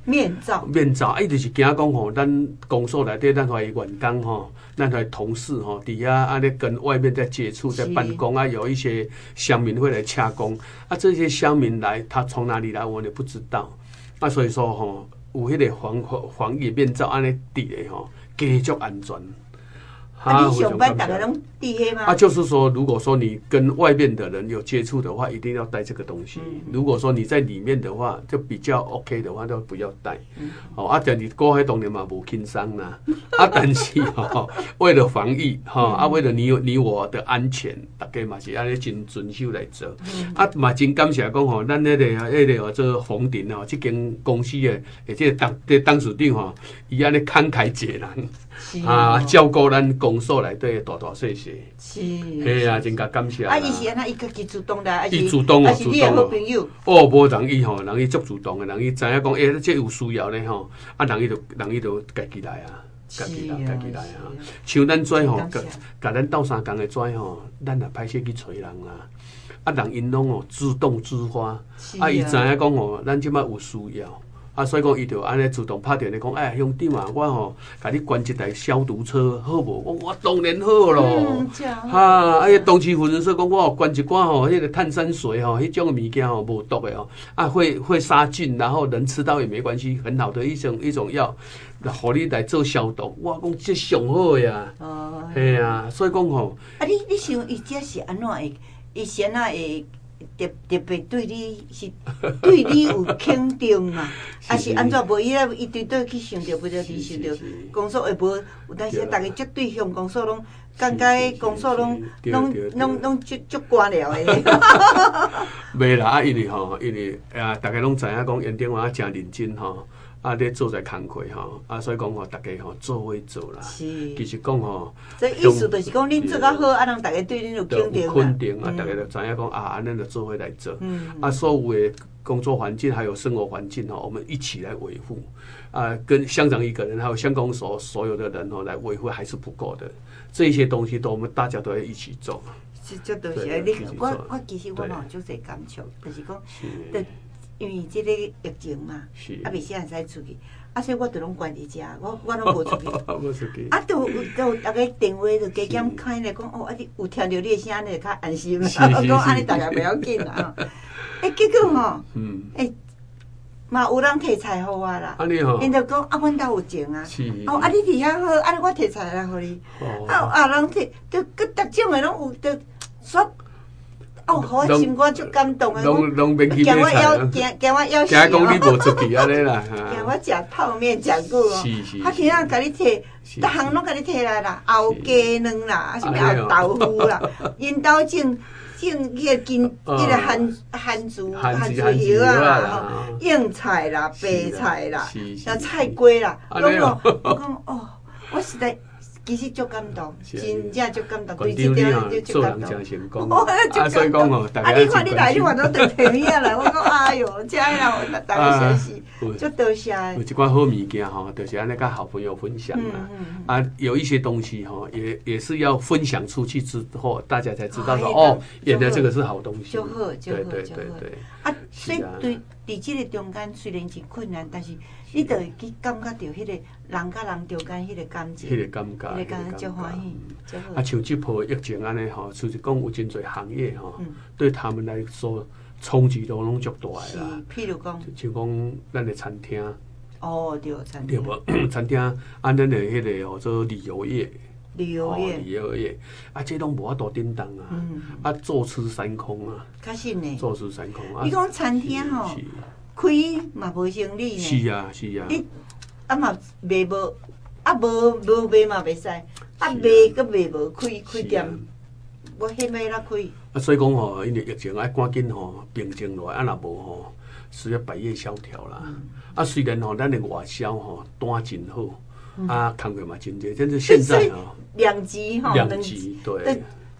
面罩， 伊就是惊讲吼，咱公所内底咱怀员工吼，咱怀同事吼，底下安尼跟外面在接触，在办公啊，有一些乡民会来洽公啊，这些乡民来，他从哪里来，我们也不知道。啊，所以说吼，有迄个防疫面罩安尼戴的吼，加足安全。 你上班大家拢戴迄吗？ 就是说，如果说你跟外面的人有接触的话，一定要带这个东西。如果说你在里面的话，就比较 OK 的话，就不要带。但是过海当然嘛无轻松啦。但是为了防疫为了你我的安全，大家嘛是安尼真遵守来做。嘛真感谢讲吼，咱迄个做宏鼎这间公司的，这个董事长伊安尼慷慨解囊。照顾咱公所内底大大小小，是啊，真甲感谢。 伊是安那伊家己主动的， 伊主动是你的好朋友。 无人伊人伊足主动的，人伊知影讲，这有需要咧吼，人伊就家己来啊，家己来啊。像咱做吼，甲咱斗相共的做吼，咱也歹势去找人啦。人因拢自动自发，伊知影讲吼，咱即摆有需要。所以讲，伊就安尼主动拍电话讲，哎，乡长啊，我吼，甲你捐一台消毒车，好无？我当然好咯。当时有人说讲，我捐一寡吼，迄个碳酸水吼，迄种物件吼无毒的哦，会杀菌，然后人吃到也没关系，很好的一种药，互你来做消毒。我讲这上好呀。嘿啊，所以讲吼。 你想伊这是安怎会？伊先会？特别对你是对你有肯定嘛？还是安怎无？伊对倒去想着，不着你想着公所会无？有当时大家绝对向公所拢感觉公所拢足官僚的。 袂啦，因为大家拢知影讲园丁话真认真吼。咧做在工课吼，所以讲大家做伙做啦。是，其实讲这意思就是讲，恁做较好，人大家对恁有肯定肯定大家就知影讲安尼就做伙来做。所有的工作环境还有生活环境我们一起来维护。跟乡长一个人，还有乡公所所有的人来维护还是不够的。这些东西我们大家都要一起做。 这都是我其实我嘛有足侪感触，就是讲，因为这个疫情嘛，未啥会使出去，所以我就拢关伫遮，我拢无出去。 无出去。 都大家电话就加减开咧，讲你有听到你的声，你就较安心啦。讲安尼大家袂要紧啦。结果嘛有人摕菜互我啦。安尼因就讲阮兜有种啊。是。你伫遐好，安尼我摕菜来互你。人摕，就各种的拢有，就煞。互我心肝足感动的，惊我要死惊讲你无出去安尼啦， 惊我食泡面食久哦。其他甲你摕，逐项拢甲你摕来啦，熬鸡卵啦，什么熬豆腐啦，因兜种迄个迄个番薯叶啊，硬菜啦、白菜啦、像菜瓜啦，拢我讲我实在。其实足感动，真正足感动，对这条就足感动。 所以讲大家你看你来，你话都得摕物仔来，我讲哎哟，这样啦，大家学习，足多谢。 有一寡好物件就是安尼甲好朋友分享啦。有一些东西也是要分享出去之后，大家才知道说原来这个是好东西。 就好， 对。 所以对伫这个中间虽然是困难，但是你就会去感觉到迄个人甲人中间迄个感情， 迄个感觉，足欢喜，足好。 像这波疫情安尼就是讲有真侪行业对他们来说冲击都拢足大的啦。 譬如讲， 像讲咱的餐厅。 对，餐厅。 对无？餐厅咱的迄个做旅游业。 旅游业，这拢无法度叮当坐吃山空啊。 确实呢。 坐吃山空你讲餐厅开嘛无生理呢。 是啊。 你嘛卖无，无卖嘛袂使，卖阁卖无开店，我迄摆啦开。 所以讲因为疫情赶紧平静落来，若无是要百业萧条啦。虽然咱的外销单真好。工课嘛真多，但是现在两级， 对，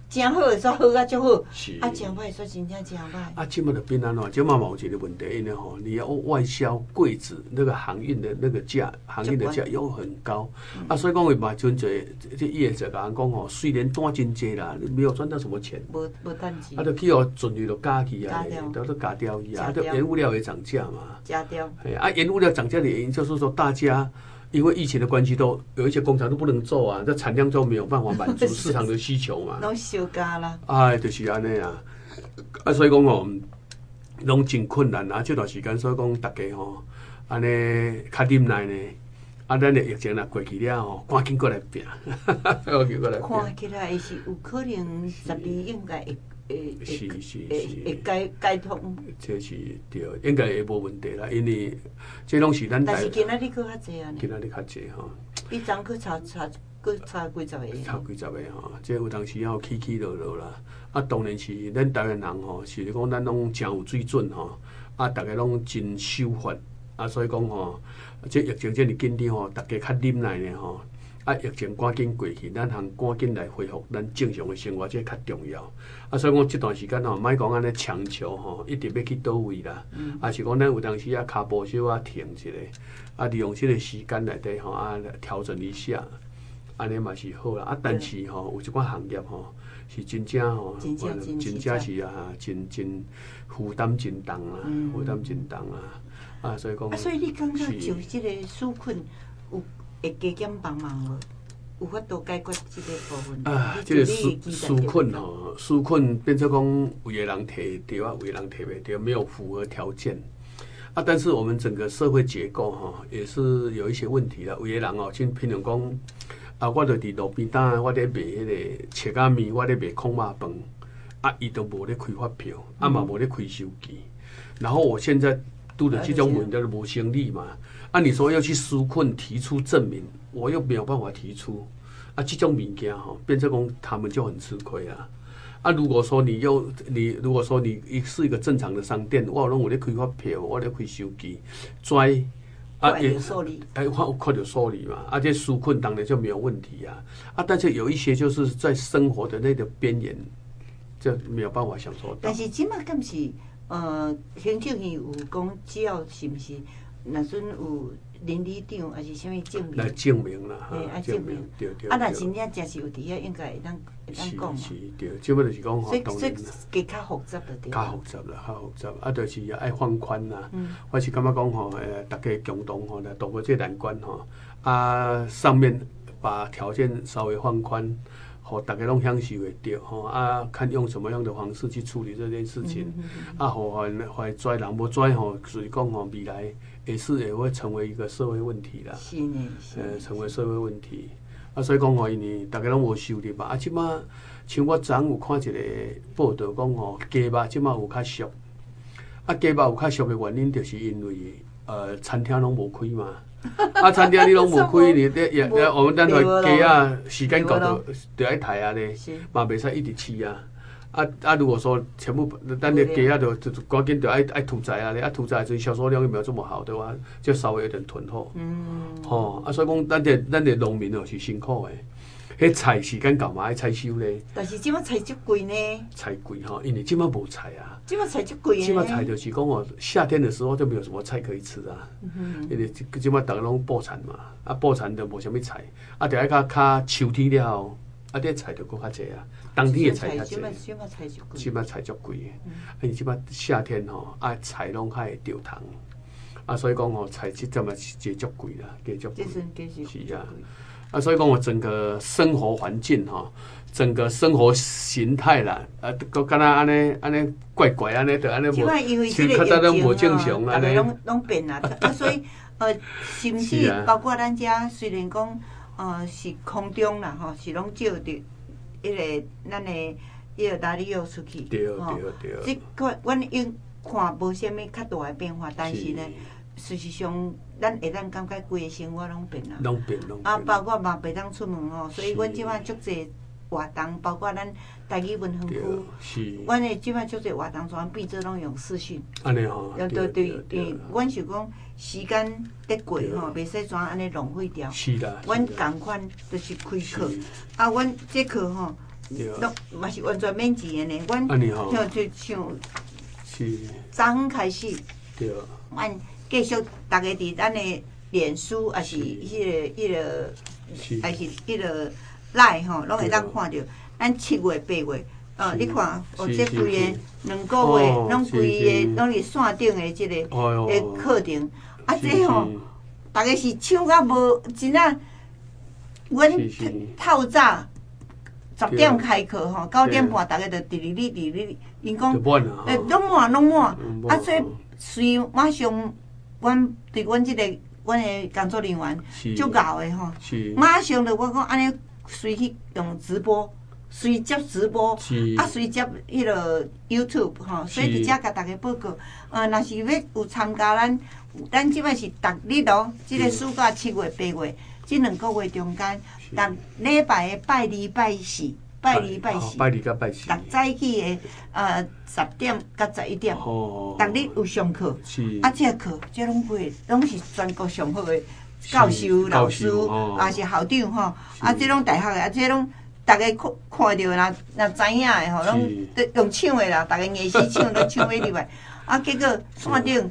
真好诶，煞好啊，足好。 是啊，真歹煞真正真歹。 啊，即马就变安怎？即马嘛有一个问题，因为吼，你要外销柜子那个航运的那个价，航运的价又很高，啊，所以讲伊嘛真侪这业者甲人讲吼，虽然单真济啦，没有赚到什么钱， 无趁钱。 啊，就去互尽力就加去啊，都加掉伊啊，就原物料也涨价嘛。 加掉。 啊，原物料涨价的原因就是说大家。因为疫情的关系，都有一些工厂都不能做啊，这产量就没有办法满足市场的需求嘛。 拢小加啦。 哎，就是安尼啊，啊，所以讲吼，拢真困难啊。这段时间，所以讲大家吼，安尼较忍耐呢。啊，咱的疫情若过去了吼，赶紧过来拼，赶紧过来拼。 看起来是有可能12应该会。 是解通， 这是对，应该会无问题啦，因为这拢是咱。 但是今仔日搁较济啊， 今仔日较济吼。 比昨搁差几十个。差几十个吼，这有当时要起起落落啦。啊，当然是咱台湾人吼，是讲咱拢真有水准吼，啊，大家拢真守法，啊，所以讲吼，这疫情这么紧张吼，大家较忍耐呢吼。啊，疫情赶紧过去，咱通赶紧来恢复咱正常的生活，这较重要。啊，所以讲这段时间吼，莫讲安尼强求吼，一定要去倒位啦。啊，是讲咱有当时啊，骹步小啊停一下，啊，利用这个时间内底吼啊调整一下，安尼嘛是好啦。啊，但是吼有一寡行业吼是真正吼，真正是啊，真负担真重啊，负担真重啊。啊，所以讲。 啊，所以你感觉就这个纾困有？会加减帮忙无？有法度解决这个部分？ 啊，这个纾困吼，纾困变成讲有的人摕到啊，有的人摕袂到，没有符合条件。啊，但是我们整个社会结构吼，也是有一些问题啦。有的人哦，像平常讲啊，我就伫路边摊，我咧卖迄个切仔面，我咧卖空肉饭，啊，伊都无咧开发票，啊嘛无咧开收据。然后我现在拄着这种问题就无生理嘛。啊，你说要去纾困提出证明，我又没有办法提出，啊，这种物件哈，变成讲他们就很吃亏啊。啊，如果说你是一个正常的商店，我拢有咧开发票，我咧开收据，拽啊也受理， 我看到受理嘛，啊，这纾困当然就没有问题啊。啊，但是有一些就是在生活的那个边缘，这没有办法享受到。 但是即马敢是行政院有讲，只要是毋是？若阵有邻里长还是啥物证明？ 来证明啦， 哈，证明。 对。 啊，若真正真是有伫遐，应该会当讲嘛。 是，对，即摆就是讲吼，当然啦。 加较复杂就对。 较复杂，啊，就是也爱放宽啦。我是感觉讲吼，大家共同吼来度过这难关吼，啊，上面把条件稍微放宽。互大家拢享受会到吼，啊，看用什么样的方式去处理这件事情，啊，互跩人无跩吼，所以讲吼，未来也会成为一个社会问题啦。 是呢， 成为社会问题。啊，所以讲吼，因为大家拢无收入嘛，啊，即马像我昨有看一个报道讲吼，鸡肉即马有较俗，啊，鸡肉有较俗的原因，就是因为餐厅拢无开嘛。啊，餐厅你拢无开，你我们等下鸡啊，时间到就爱抬啊咧，嘛袂使一直吃啊。啊，如果说全部咱的鸡啊，就赶紧就爱屠宰啊咧，啊屠宰这销售量又没有这么好的话，就稍微有点囤货。吼，啊，所以讲咱的农民哦是辛苦的。迄菜时间到嘛爱采收咧， 但是即马菜足贵呢。 菜贵吼，因为即马无菜啊。 即马菜足贵即马菜就是讲哦，夏天的时候就没有什么菜可以吃啊。因为即马大家拢破产嘛，啊破产就无啥物菜，啊就爱较秋天了后，啊这菜就搁较济啊。冬天的菜较济。即马菜足贵的，因为即马夏天吼，啊菜拢较会掉糖，啊所以讲吼菜即阵嘛是加足贵啦，加足贵。是啊。啊，所以讲我整个生活环境哈，整个生活形态啦，都敢若安尼怪安尼，就安尼无，像较早拢无正常安尼。 拢变啦，啊，所以甚至包括咱遮虽然讲是空中啦吼，是拢照着迄个咱的迄个哪里又出去， 对。 即个阮应看无啥物较大的变化，但是呢。事实上，咱会当感觉规个生活拢变啦， 拢变。 啊，包括嘛袂当出门吼，所以阮即摆足侪活动，包括咱台语文化区，阮的即摆足侪活动，全变做拢用视讯。 安尼吼， 对，因为阮想讲时间得过吼，袂使全安尼浪费掉。 是啦。 阮共款就是开课，啊，阮这课吼， 都嘛是完全免钱的呢。阮像昨昏开始，阮继续大家伫咱的脸书，还是还是Line 吼，拢会当看到。咱7月8月，你看，这规个2个月，拢规个拢是线顶的即个课程，这吼，大家是抢到无真啊！阮透早10点开课吼，9点半大家就直哩，因讲拢满，所以随马上，阮对阮即个阮的工作人员足熬的吼，马上就我讲安尼随去用直播。随接直播，随接迄个 YouTube 吼，所以伫遮甲大家报告。若是要有参加咱即摆是逐日咯，即个暑假7月8月，即2个月中间，逐礼拜的拜2拜4，拜2甲拜4，逐早起的10点到11点，逐日有上课。这课这拢是全国上好的教授、老师，也是校长吼，这拢大学的，这拢。大家看到若知影的吼，拢用抢的啦，大家硬死抢都抢买入来，结果线顶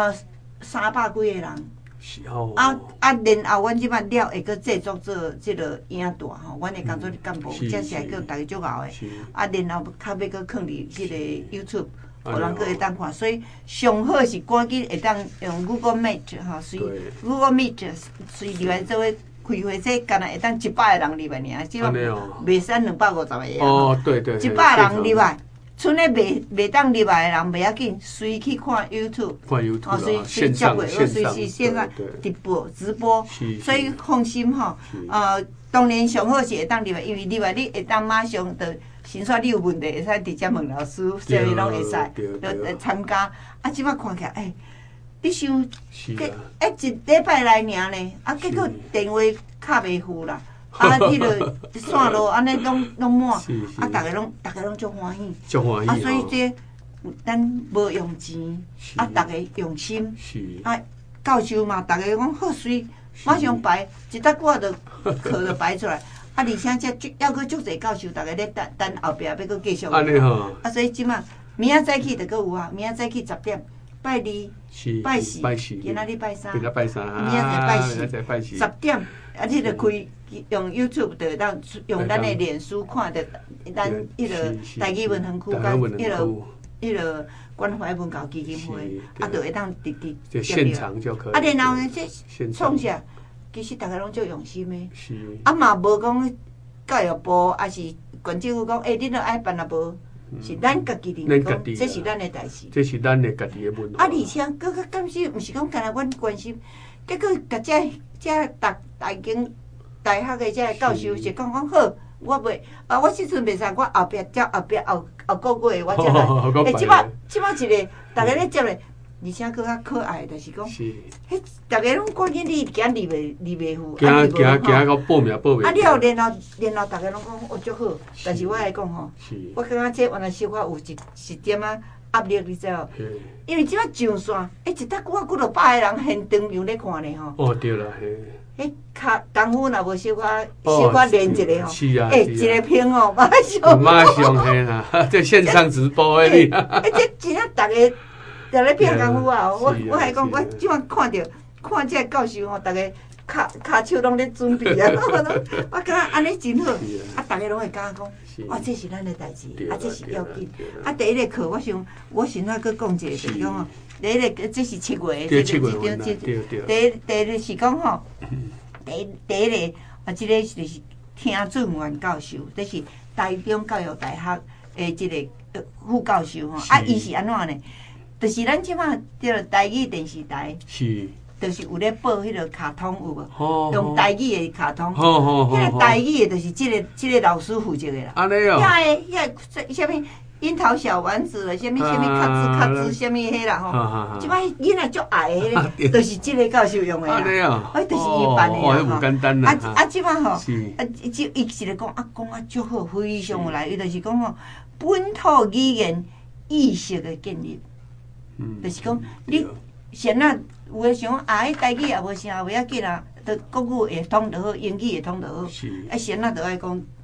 300几个人，然后阮即摆了会搁制作做即个影带吼，阮的工作干部，这是会搁大家足熬的，然后较要搁放伫即个 YouTube， 互人搁会当看，所以上好是赶紧会当用 Google Meet 吼，随 Google Meet 随入来做伙。开会这干那会当100个人入来尔，即个袂使250个哦，对 ，100人入来，剩咧袂当入来的人袂要紧，随去看 YouTube， 随接过，随时线上直播，所以放心吼。当然上好是会当入来，因为入来你会当马上就，先说你有问题，会使直接问老师，所以拢会使来参加。即摆看起来，你想，一礼拜来尔呢，结果电话卡袂赴啦，迄个线路安尼拢满，大家拢足欢喜，所以这咱无用钱，大家用心，教授嘛，大家讲好水，马上排一搭挂就课就排出来，而且这还阁足侪教授，大家咧等后壁要阁继续。安尼吼。所以即马明仔早起就阁有啊，明仔早起10点。拜2、拜4，今仔日拜3，明仔载拜4，10点，你就开用 YouTube 就当用咱的脸书看着咱迄个台语文学区迄个关怀文教基金会，就会当直现场就可以。 然后这创啥，其实大家拢足用心的，嘛无讲教育部还是县政府讲，你著爱办啊无。是咱家己人讲，这是咱的代志， 这是咱的家己的文化。 而且搁较感谢，毋是讲干那阮关心，结果甲这大经大学的这教授是讲好，我袂我即阵袂使，我后壁后个月我才来。即摆一个大家咧接咧，而且搁较可爱，就是讲，大家拢赶紧你行入袂赴， 行到报名报袂。 你后然后大家拢讲足好，但是我来讲吼，我感觉这原来小可有一点压力，你知无？因为即摆上线，一搭几落百个人现场样咧看咧吼。 哦，对啦， 嘿。功夫若无小可练一下吼，一个屏哦， 马上嘿啦，这线上直播的你。 这真啊，大家咧拼功夫啊！我还讲，我即摆看这教授吼，大家骹手拢咧准备啊，我感觉安尼真好，大家拢会感觉讲，这是咱的代志，这是要紧。第一个课，我先仔搁讲一个，就是讲吼，第一个这是7月的，第二是讲吼。第一个即个就是听准元教授，这是台中教育大学的即个副教授吼。伊是安怎呢？就是咱即马叫台语电视台，就是有咧播迄个卡通有无？用台语的卡通，迄个台语的，就是即个老师负责的啦。 安尼哦。 遐啥物？樱桃小丸子了，什么咔吱，什么迄啦吼，即摆囡仔足爱的咧，就是即个教授用的啦，就是伊办的啦吼。即摆吼，伊是咧讲讲足好，非常有来，伊就是讲吼，本土语言意识的建立，就是讲你先啊，有诶想迄台语也无啥，袂要紧啊，国语会通就好，英语会通就好，先啊就爱讲。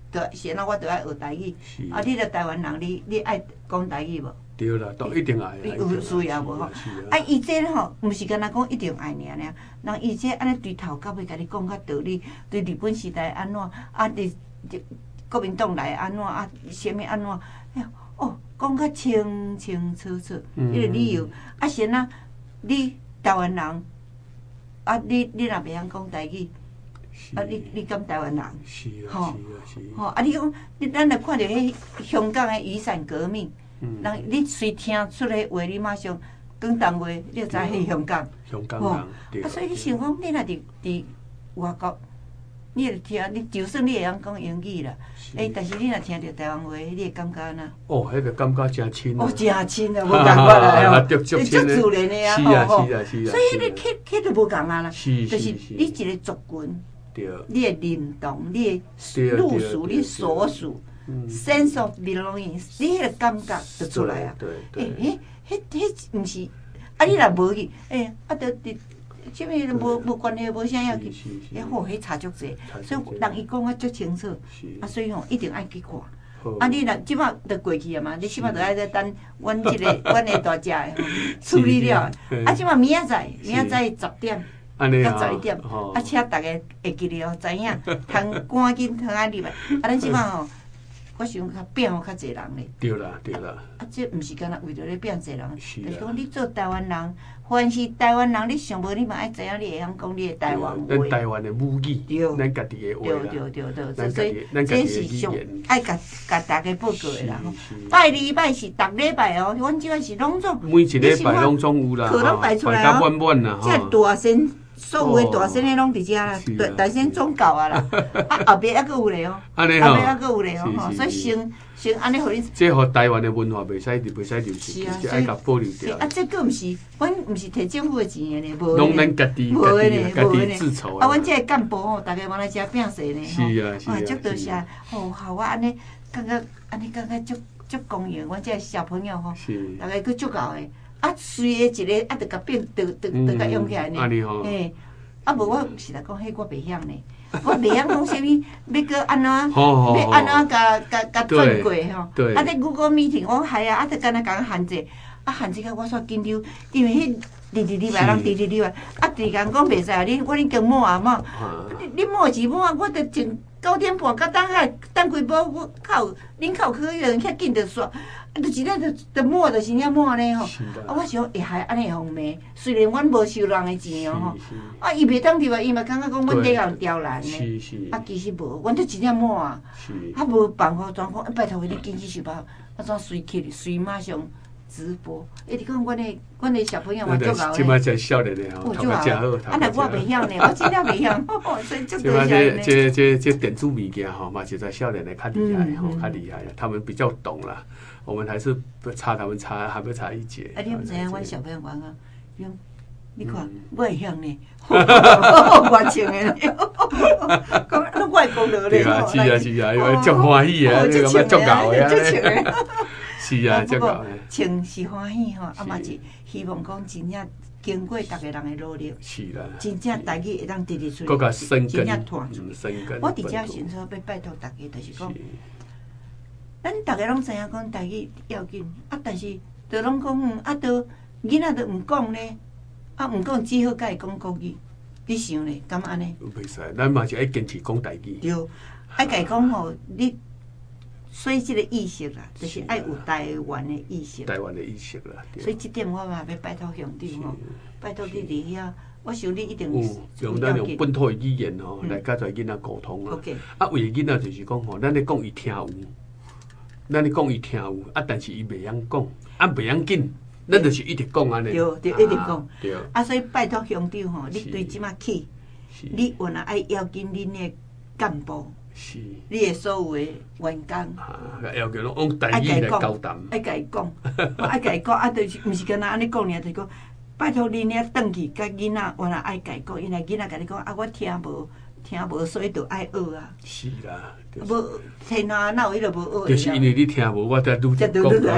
先啊，我就爱学台语。啊，你着台湾人，你爱讲台语无？ 对啦，都一定爱。 你有需要无吼？啊，伊这吼，毋是干那讲一定爱尔，人伊这安尼对头到尾，甲你讲较道理，对日本时代安怎，啊，国民党来安怎，啊，啥物安怎，哎呀，哦，讲较清清楚楚，迄个理由。啊，先啊，你台湾人，啊，你若袂晓讲台语。啊！你敢台湾人？ 是啊， 吼， 是啊， 吼！啊！你讲，咱来看到迄香港的雨伞革命，人你随听出来话，你马上广东话，你就知迄香港。 香港人。 啊，所以你想讲，你若伫外国，你会听，你就算你会晓讲英语啦，但是你若听到台湾话，你会感觉哪？ 哦，迄个感觉真亲哦，真亲啊，无共款啦， 足自然的啊， 吼。是啊， 所以你迄就无共啊啦，就是你一个族群。你的认同，你的路数，你所属 ，sense of belonging， 你迄个感觉就出来啊。迄毋是，啊，你若无去，啊，着啥物无关系，无啥要去，吼，迄差足济，所以人伊讲啊足清楚，啊，所以吼一定爱去看。啊，你若即摆着过去啊嘛，你即摆着爱在等阮即个阮的大只的处理了，啊，即摆明仔载10点。到11点，啊，请大家会记得哦，知影，通赶紧通啊入来。啊，咱即摆吼，我想较变较侪人咧。 对啦。 啊，这毋是干那为着咧变侪人，就是讲你做台湾人，凡是台湾人，你上无你嘛爱知影，你会晓讲你的台湾话。 咱台湾的母语，咱家己的话啦。 对，所以这是上爱甲大家报告的啦。拜礼拜是逐礼拜哦，阮即摆是拢总。 每一礼拜拢总有啦， 课拢排出来哦。这大仙。所有的大仙的拢伫遮啦，大仙总到啊啦，啊后壁还佫有咧哦，后壁还佫有咧哦，所以先安尼互你。 这互台湾的文化袂使流失，这爱甲保留掉。 啊，这个毋是，阮毋是摕政府的钱的呢，无拢咱家己自筹啊，阮这个干部吼，逐个往来遮拼势呢， 是啊， 足多谢，吼，互我安尼感觉足公平，阮这个小朋友吼，逐个佫足够的。啊，随个一个啊，着甲变，着甲用起来呢。嘿，啊无我实来讲，迄我袂晓呢。我袂晓讲啥物，要搁安怎，要安怎甲转过吼。啊，伫 Google Meeting， 我系啊，啊，着干那甲限制，啊，限制甲我煞紧张，因为迄日来人日来，啊，第讲讲袂使啊，我恁跟满啊满，你满是满，我着从9点半到等几步，我靠，恁靠可以人遐紧着煞。就真正就满，就是遐满咧吼。啊，我想会害安尼方面，虽然阮无收人的钱哦吼，啊，伊袂当入来，伊嘛感觉讲阮底下有刁难咧。啊，其实无，阮都真正满啊。啊，无办法状况，拜托你紧去想办法，啊，怎随去随马上直播。你讲阮的小朋友嘛足够即摆真少年的吼，头壳真好。 啊，若我袂晓呢，我真正袂晓，所以足多谢呢。这电子物件吼嘛，实在少年的较厉害吼，较厉害，他们比较懂啦。我们还是差他们还不差一截。 啊，你毋知影，阮小朋友讲啊，你看，我会晓呢，我穿的，讲那外公了咧。 是啊，因为足欢喜啊，你感觉足搞的啊。是啊，足搞的。 穿是欢喜吼，啊嘛是希望讲真正经过逐个人的努力， 是啦， 真正台语会当直出来，真正传出。我伫遮先说要拜托大家，就是讲。咱逐个拢知影讲台语要紧，啊，但是着拢讲啊，着囡仔着毋讲咧，啊，毋讲只好甲伊讲国语，你想咧，敢安尼？ 袂使，咱嘛是爱坚持讲台语。 对，爱甲伊讲吼，你所以即个意识啦，就是爱有台湾的意识。 台湾的意识啦。 所以即点我嘛要拜托乡长吼，拜托你伫遐，我想你一定用咱用本土的语言吼来甲跩囡仔沟通啊。啊，为囡仔就是讲吼，咱咧讲伊听有。咱咧讲伊听有，啊，但是伊袂晓讲，啊，袂要紧，咱就是一直讲安尼。 对，一直讲。 对。 啊，所以拜托乡长吼，你对即马起，你原来爱邀请恁的干部，你的所有的员工， 要求拢用台语来交谈， 爱甲伊讲，爱甲伊讲，啊，就是毋是干那安尼讲尔，就是讲拜托恁遐转去，甲囡仔原来爱甲伊讲，因为囡仔甲你讲，啊，我听无，所以就爱学啊。 是啦。 无天啊，哪有迄个无学？ 就是因为你听无，我才愈讲。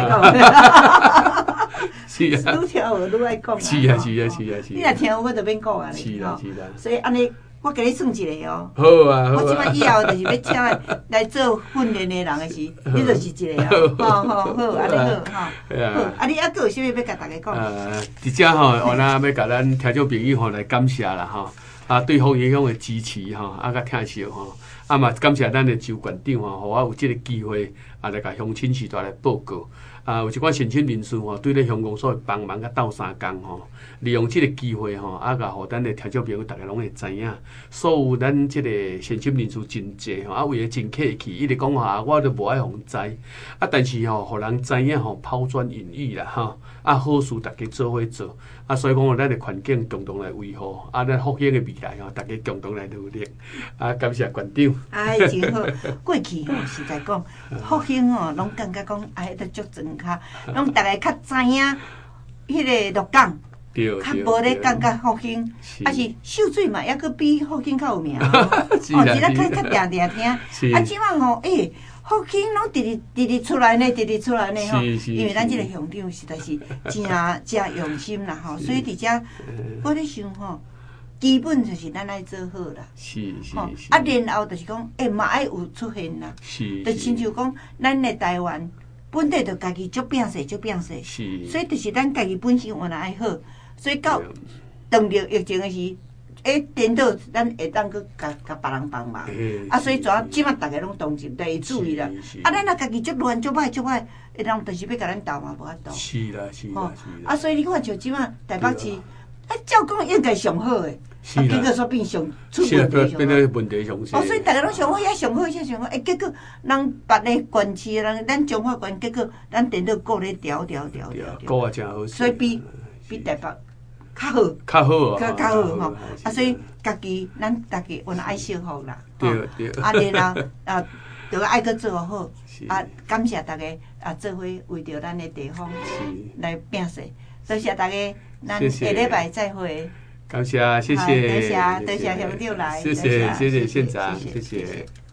是啊。 愈听无愈爱讲。 是啊。 你若听有，我就免讲啊。 是啦。 所以安尼， 我给你算一个哦。 好啊， 我即摆以后就是要请来做训练的人的是，你就是一个哦。好，安尼好，好。啊，你还佫有啥物要甲大家讲？ 伫遮吼，我那要甲咱听众朋友吼来感谢啦吼。啊，对福营乡的支持吼，啊，甲疼惜吼，啊嘛感谢咱的周县长吼，互我有即个机会啊来甲乡亲时代来报告。啊，有一寡善心人士吼，对咧乡公所帮忙甲斗相共吼，利用即个机会吼，啊，甲互咱的听众朋友大家拢会知影，所有咱即个善心人士真济吼，啊，为了真客气，伊直讲啊，我都无爱互知，啊，但是吼，互人知影吼，抛砖引玉啦吼，啊，好事大家做伙做，啊，所以讲咱的环境共同来维护，啊，咱福兴的未来吼，大家共同来努力，啊，感谢县长。 哎，真好，过去吼实在讲，福兴吼，拢感觉讲哎，都足庄卡，拢大家较知影迄个鹿港。较无咧感觉福兴，啊是秀水嘛，抑阁比福兴较有名哦，一日较定听。啊，即摆吼，福兴拢直直出来呢，直直出来呢吼，因为咱即个乡长实在是真用心啦吼，所以伫遮我咧想吼，基本就是咱爱做好啦。 是。 啊，然后就是讲，嘛爱有出现啦。是。就亲像讲，咱的台湾本地就家己足拼势，是。所以就是咱家己本身原来爱好。所以到碰到疫情的时，颠倒咱会当去甲别人帮忙，啊，所以即摆大家拢同情，得注意啦。啊，咱若家己足乱足歹，会当就是要甲咱斗嘛，无法度。是啦。啊，所以你看像即摆台北市，照讲应该上好诶，结果煞变上出问题上。所以大家拢上好，上好，结果人别个县市人，咱彰化县，结果咱颠倒过咧调。 过啊，真好。 所以比台北。较好吼，啊，所以咱家己原来爱惜好啦， 对， 啊，然后就爱去做好，啊，感谢大家啊，做伙为着咱的地方来拼势，多谢大家，咱下礼拜再会。 感谢，谢谢， 多谢乡长来， 谢谢县长，谢谢。